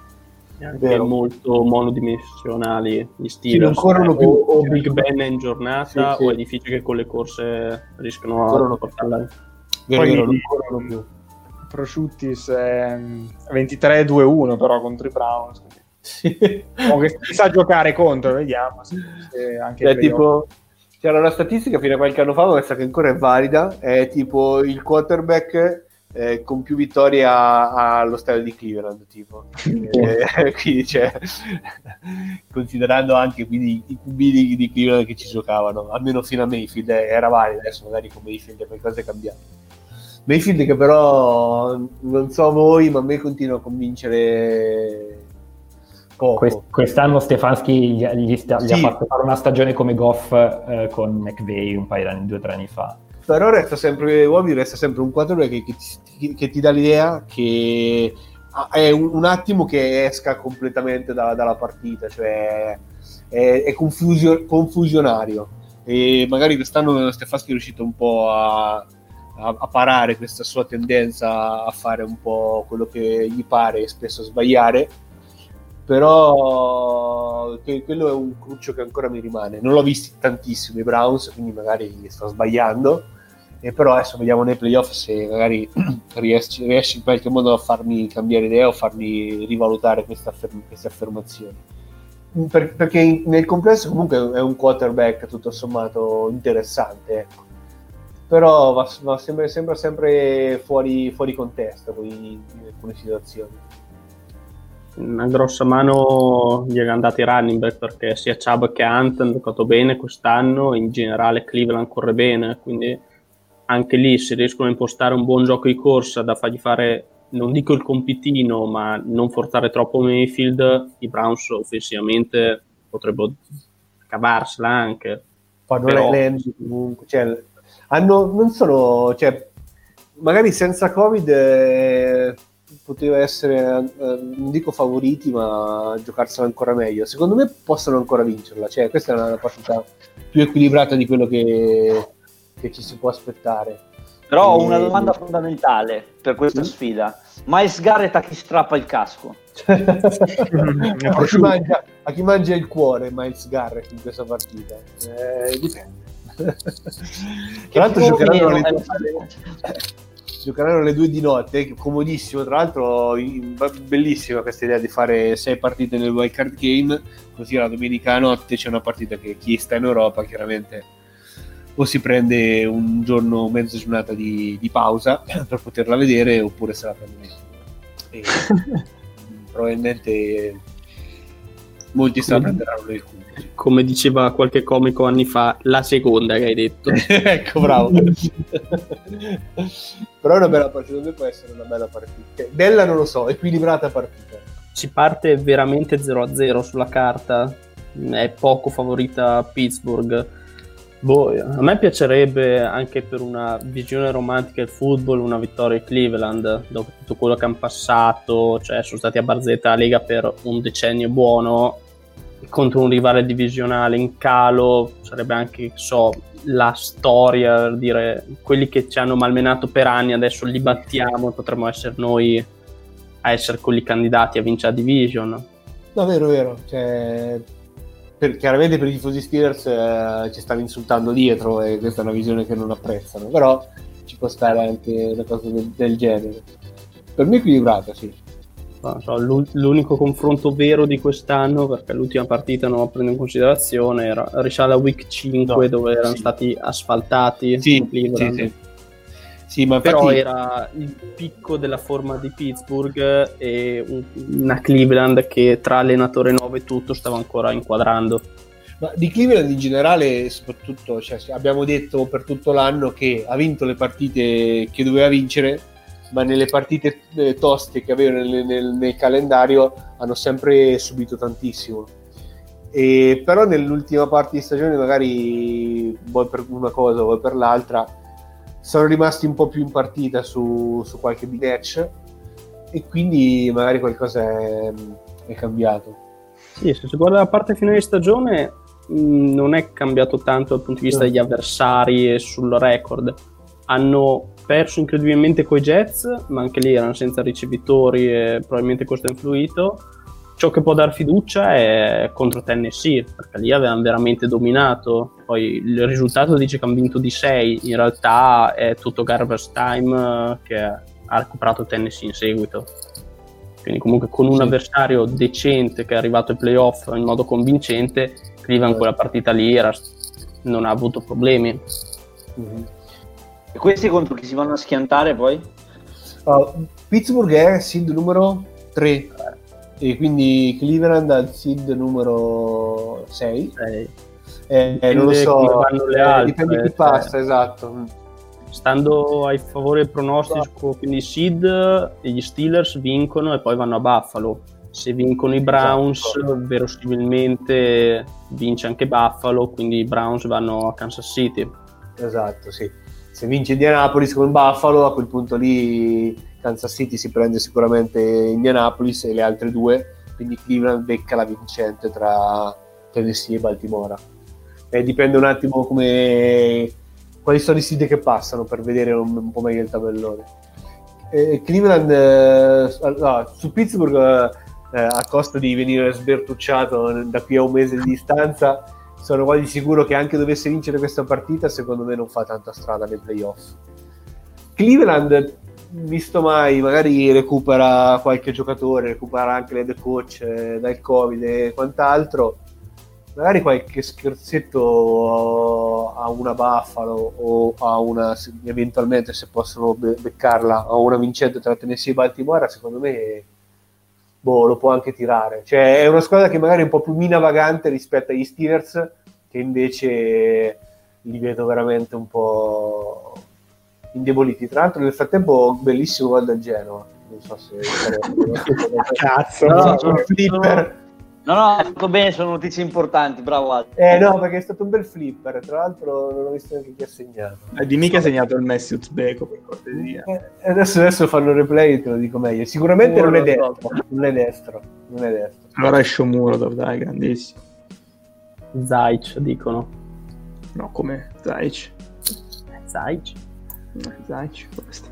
Anche molto monodimensionali gli Steelers, sì, non più. O, o Big Ben in giornata, sì, sì. O è difficile che con le corse riescano a portarla. Poi non corrono più. Prosciuttis è ventitré due uno però contro i Browns. Sì. O che si sa giocare contro, vediamo se, se anche è tipo c'era una statistica fino a qualche anno fa, ma questa che ancora è valida, è tipo il quarterback eh, con più vittorie a- allo stadio di Cleveland, tipo. Eh, quindi, cioè, considerando anche quindi i Q B di, di Cleveland che ci giocavano, almeno fino a Mayfield, eh, era valido. Adesso magari con Mayfield qualcosa è cambiato. Mayfield che però, non so voi, ma a me continua a convincere poco. Quest- quest'anno Stefanski gli, gli sta- gli Sì. ha fatto fare una stagione come Goff eh, con McVay un paio d'anni, due o tre anni fa. Però resta sempre, Wobby resta sempre un quarterback che, che, ti, che ti dà l'idea che è un, un attimo che esca completamente da, dalla partita, cioè è, è confusio- confusionario, e magari quest'anno Stefanski è riuscito un po' a, a, a parare questa sua tendenza a fare un po' quello che gli pare e spesso sbagliare, però che, quello è un cruccio che ancora mi rimane. Non l'ho visti tantissimo i Browns, quindi magari sto sbagliando, e però adesso vediamo nei playoff se magari riesci, riesci in qualche modo a farmi cambiare idea o farmi rivalutare questa affer- queste affermazioni, per, perché in, nel complesso comunque è un quarterback tutto sommato interessante, ecco. Però va, va sempre, sembra sempre fuori, fuori contesto poi in, in alcune situazioni. Una grossa mano gli è andata i running back, perché sia Chubb che Hunt hanno giocato bene quest'anno, in generale Cleveland corre bene, quindi anche lì se riescono a impostare un buon gioco di corsa da fargli fare, non dico il compitino, ma non forzare troppo Mayfield, i Browns offensivamente potrebbero cavarsela anche. Fanno Però- le land comunque, cioè, hanno, non sono, cioè, magari senza Covid eh, poteva essere, eh, non dico favoriti, ma giocarsela ancora meglio. Secondo me possono ancora vincerla, cioè questa è una, una partita più equilibrata di quello che, che ci si può aspettare. Però ho E- una domanda fondamentale per questa Mm? sfida. Miles Garrett a chi strappa il casco? a, chi mangia, a chi mangia il cuore Miles Garrett in questa partita? Eh, dipende. Tra l'altro più o giocheranno meno alle, è- due, giocheranno alle due di notte, comodissimo. Tra l'altro in- bellissima questa idea di fare sei partite nel wild card game, così la domenica notte c'è una partita che chi sta in Europa chiaramente o si prende un giorno, mezza giornata di, di pausa per poterla vedere, oppure se la prende meglio. E probabilmente molti se la prenderanno nel culo. Come diceva qualche comico anni fa, la seconda che hai detto. Ecco, bravo. Però è una bella partita, secondo me può essere una bella partita. Bella non lo so, equilibrata partita. Si parte veramente zero a zero sulla carta, è poco favorita Pittsburgh. Boh, a me piacerebbe, anche per una visione romantica del football, una vittoria di Cleveland, dopo tutto quello che hanno passato, cioè sono stati a barzetta la Lega per un decennio buono, contro un rivale divisionale in calo. Sarebbe anche, so, la storia, per dire, quelli che ci hanno malmenato per anni adesso li battiamo e potremmo essere noi a essere quelli candidati a vincere la division. No, vero, vero. Cioè, per, chiaramente per i tifosi Steelers eh, ci stanno insultando dietro, e questa è una visione che non apprezzano, però ci può stare anche una cosa del, del genere. Per me è equilibrata, sì. Non so, l'u- l'unico confronto vero di quest'anno, perché l'ultima partita non la prendo in considerazione, era risale a week cinque, No, dove erano sì. stati asfaltati Sì, in Cleveland. sì, sì. Sì, ma Però infatti, era il picco della forma di Pittsburgh e un- una Cleveland che tra allenatore nuovo e tutto stava ancora inquadrando. ma di Cleveland in generale, soprattutto, cioè, abbiamo detto per tutto l'anno che ha vinto le partite che doveva vincere, ma nelle partite eh, toste che aveva nel, nel, nel calendario hanno sempre subito tantissimo. E però nell'ultima parte di stagione, magari vuoi per una cosa vuoi per l'altra, sono rimasti un po' più in partita su, su qualche big match, e quindi magari qualcosa è, è cambiato. Sì, se si guarda la parte finale di stagione, mh, non è cambiato tanto dal punto di vista No. degli avversari e sul record. Hanno perso incredibilmente coi Jets, ma anche lì erano senza ricevitori e probabilmente questo ha influito. Ciò che può dar fiducia è contro Tennessee, perché lì avevano veramente dominato. Poi il risultato dice che hanno vinto di sei, in realtà è tutto garbage time eh, che ha recuperato Tennessee in seguito. Quindi comunque con un Sì. avversario decente che è arrivato ai playoff in modo convincente, Cleveland quella partita lì era, non ha avuto problemi. Mhm. E questi contro chi si vanno a schiantare poi? Oh, Pittsburgh è seed numero tre e quindi Cleveland al seed numero sei. Eh, eh, non lo so, le eh, altre, dipende chi cioè, passa, esatto. Stando ai favori del pronostico, quindi seed e gli Steelers vincono e poi vanno a Buffalo. Se vincono i Browns, esatto. verosimilmente vince anche Buffalo, quindi i Browns vanno a Kansas City. Esatto, sì. Se vince Indianapolis con Buffalo, a quel punto lì Kansas City si prende sicuramente Indianapolis e le altre due, quindi Cleveland becca la vincente tra Tennessee e Baltimora. Eh, dipende un attimo come quali sono i siti che passano per vedere un, un po' meglio il tabellone. Eh, Cleveland eh, no, su Pittsburgh eh, a costo di venire sbertucciato da qui a un mese di distanza, sono quasi sicuro che anche dovesse vincere questa partita, secondo me non fa tanta strada nei playoff. Cleveland, visto mai, magari recupera qualche giocatore, recupera anche l'head coach eh, dal Covid e quant'altro, magari qualche scherzetto a una Buffalo o a una, eventualmente se possono be- beccarla a una vincente tra Tennessee e Baltimora, secondo me boh, lo può anche tirare. Cioè è una squadra che magari è un po' più minavagante rispetto agli Steelers, che invece li vedo veramente un po' indeboliti. Tra l'altro nel frattempo bellissimo gol del Genoa, non so se cazzo, No, no, sono- flipper. No, no, tutto bene, sono notizie importanti, bravo Aldo. Eh no, perché è stato un bel flipper, tra l'altro non ho visto neanche chi ha segnato. Eh, dimmi che ha segnato il Messi Uzbeko, per cortesia. Eh, adesso, adesso fanno il replay, te lo dico meglio. Sicuramente non è Ora lo destro, non è destro, non è destro. Allora è Shomurodov, dai, grandissimo. Zaic, dicono. No, come Zaic. Zaic. Eh, Zaic, questo.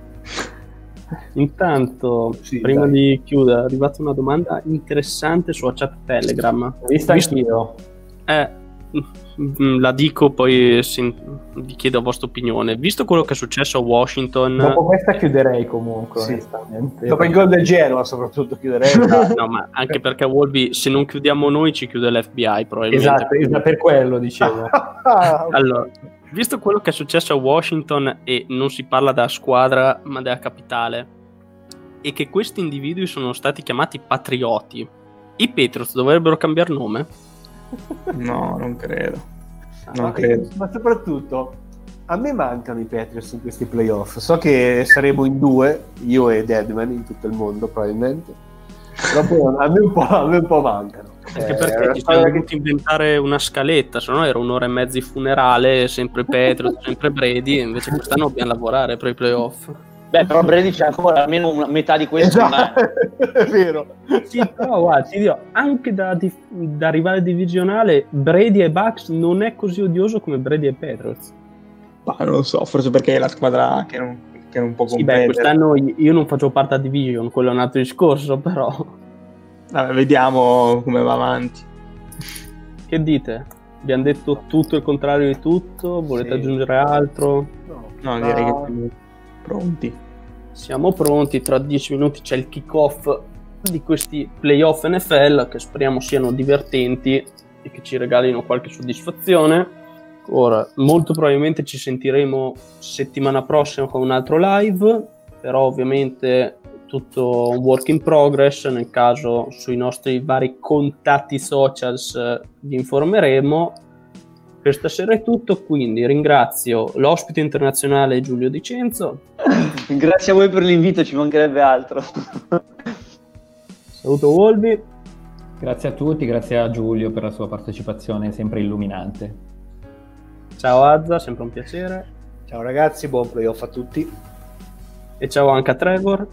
Intanto, Sì, prima dai. di chiudere, è arrivata una domanda interessante sulla chat Telegram. Ho visto Visto- anch'io. Eh, mm, la dico, poi si- vi chiedo la vostra opinione. Visto quello che è successo a Washington, Dopo questa chiuderei comunque, Sì. onestamente. Dopo il gol del Genoa soprattutto chiuderei. no, ma anche perché Wolby, se non chiudiamo noi, ci chiude l'F B I probabilmente. Esatto, esatto, per quello dicevo. Ah, ok. Allora, visto quello che è successo a Washington e non si parla della squadra ma della capitale e che questi individui sono stati chiamati patrioti, i Patriots dovrebbero cambiare nome? No, non credo. Non ma, credo. ma soprattutto a me mancano i Patriots in questi playoff. So che saremo in due, io e Deadman, in tutto il mondo probabilmente, però poi a me un po', a me un po' mancano. Anche Eh, perché una ci siamo squadra che- dovuti inventare una scaletta, se no era un'ora e mezza di funerale, sempre Patriots, sempre Brady, e invece quest'anno dobbiamo lavorare per i playoff. Beh, però Brady c'è ancora almeno una metà di questo. Esatto, è vero. Sì, però guarda, ti dirò, anche da, di- da rivale divisionale Brady e Bucks non è così odioso come Brady e Patriots. Ma non lo so, forse perché è la squadra che non, che non può Sì, beh, competere. quest'anno io non faccio parte da division, quello è un altro discorso, però Vabbè, vediamo come va avanti. che dite? Abbiamo detto tutto il contrario di tutto, volete Sì. aggiungere altro? No, direi che siamo pronti. Siamo pronti, tra dieci minuti c'è il kick-off di questi playoff N F L che speriamo siano divertenti e che ci regalino qualche soddisfazione. Ora, molto probabilmente ci sentiremo settimana prossima con un altro live, però ovviamente tutto un work in progress, nel caso sui nostri vari contatti socials eh, vi informeremo. Per stasera è tutto, quindi ringrazio l'ospite internazionale Giulio Di Cenzo. Grazie a voi per l'invito, ci mancherebbe altro. Saluto Wolby. Grazie a tutti, grazie a Giulio per la sua partecipazione sempre illuminante. Ciao Azza, sempre un piacere. Ciao ragazzi, buon playoff a tutti. E ciao anche a Trevor.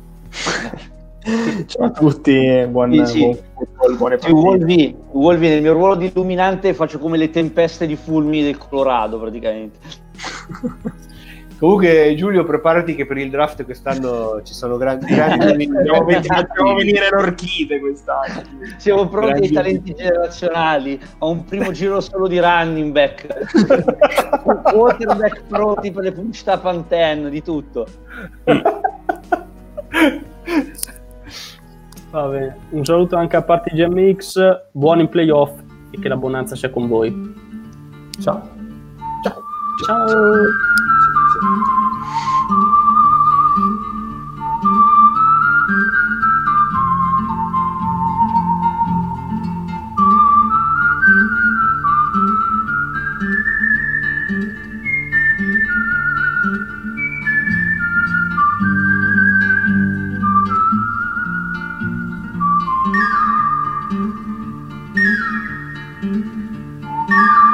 Ciao a tutti, buon, Sì, sì. buon football, buone Sì, partite. Wolvi, Wolvi, nel mio ruolo di illuminante faccio come le tempeste di fulmini del Colorado praticamente. Comunque Giulio, preparati che per il draft quest'anno ci sono grandi grandi Facciamo venire, facciamo venire l'orchide quest'anno. Siamo pronti ai Grandi- talenti generazionali, a un primo giro solo di running back, quarterback pronti per le pubblicità Pantene, di tutto. Va bene. Un saluto anche a Party G M X, buoni in playoff e che la bonanza sia con voi. Ciao. Ciao. Thank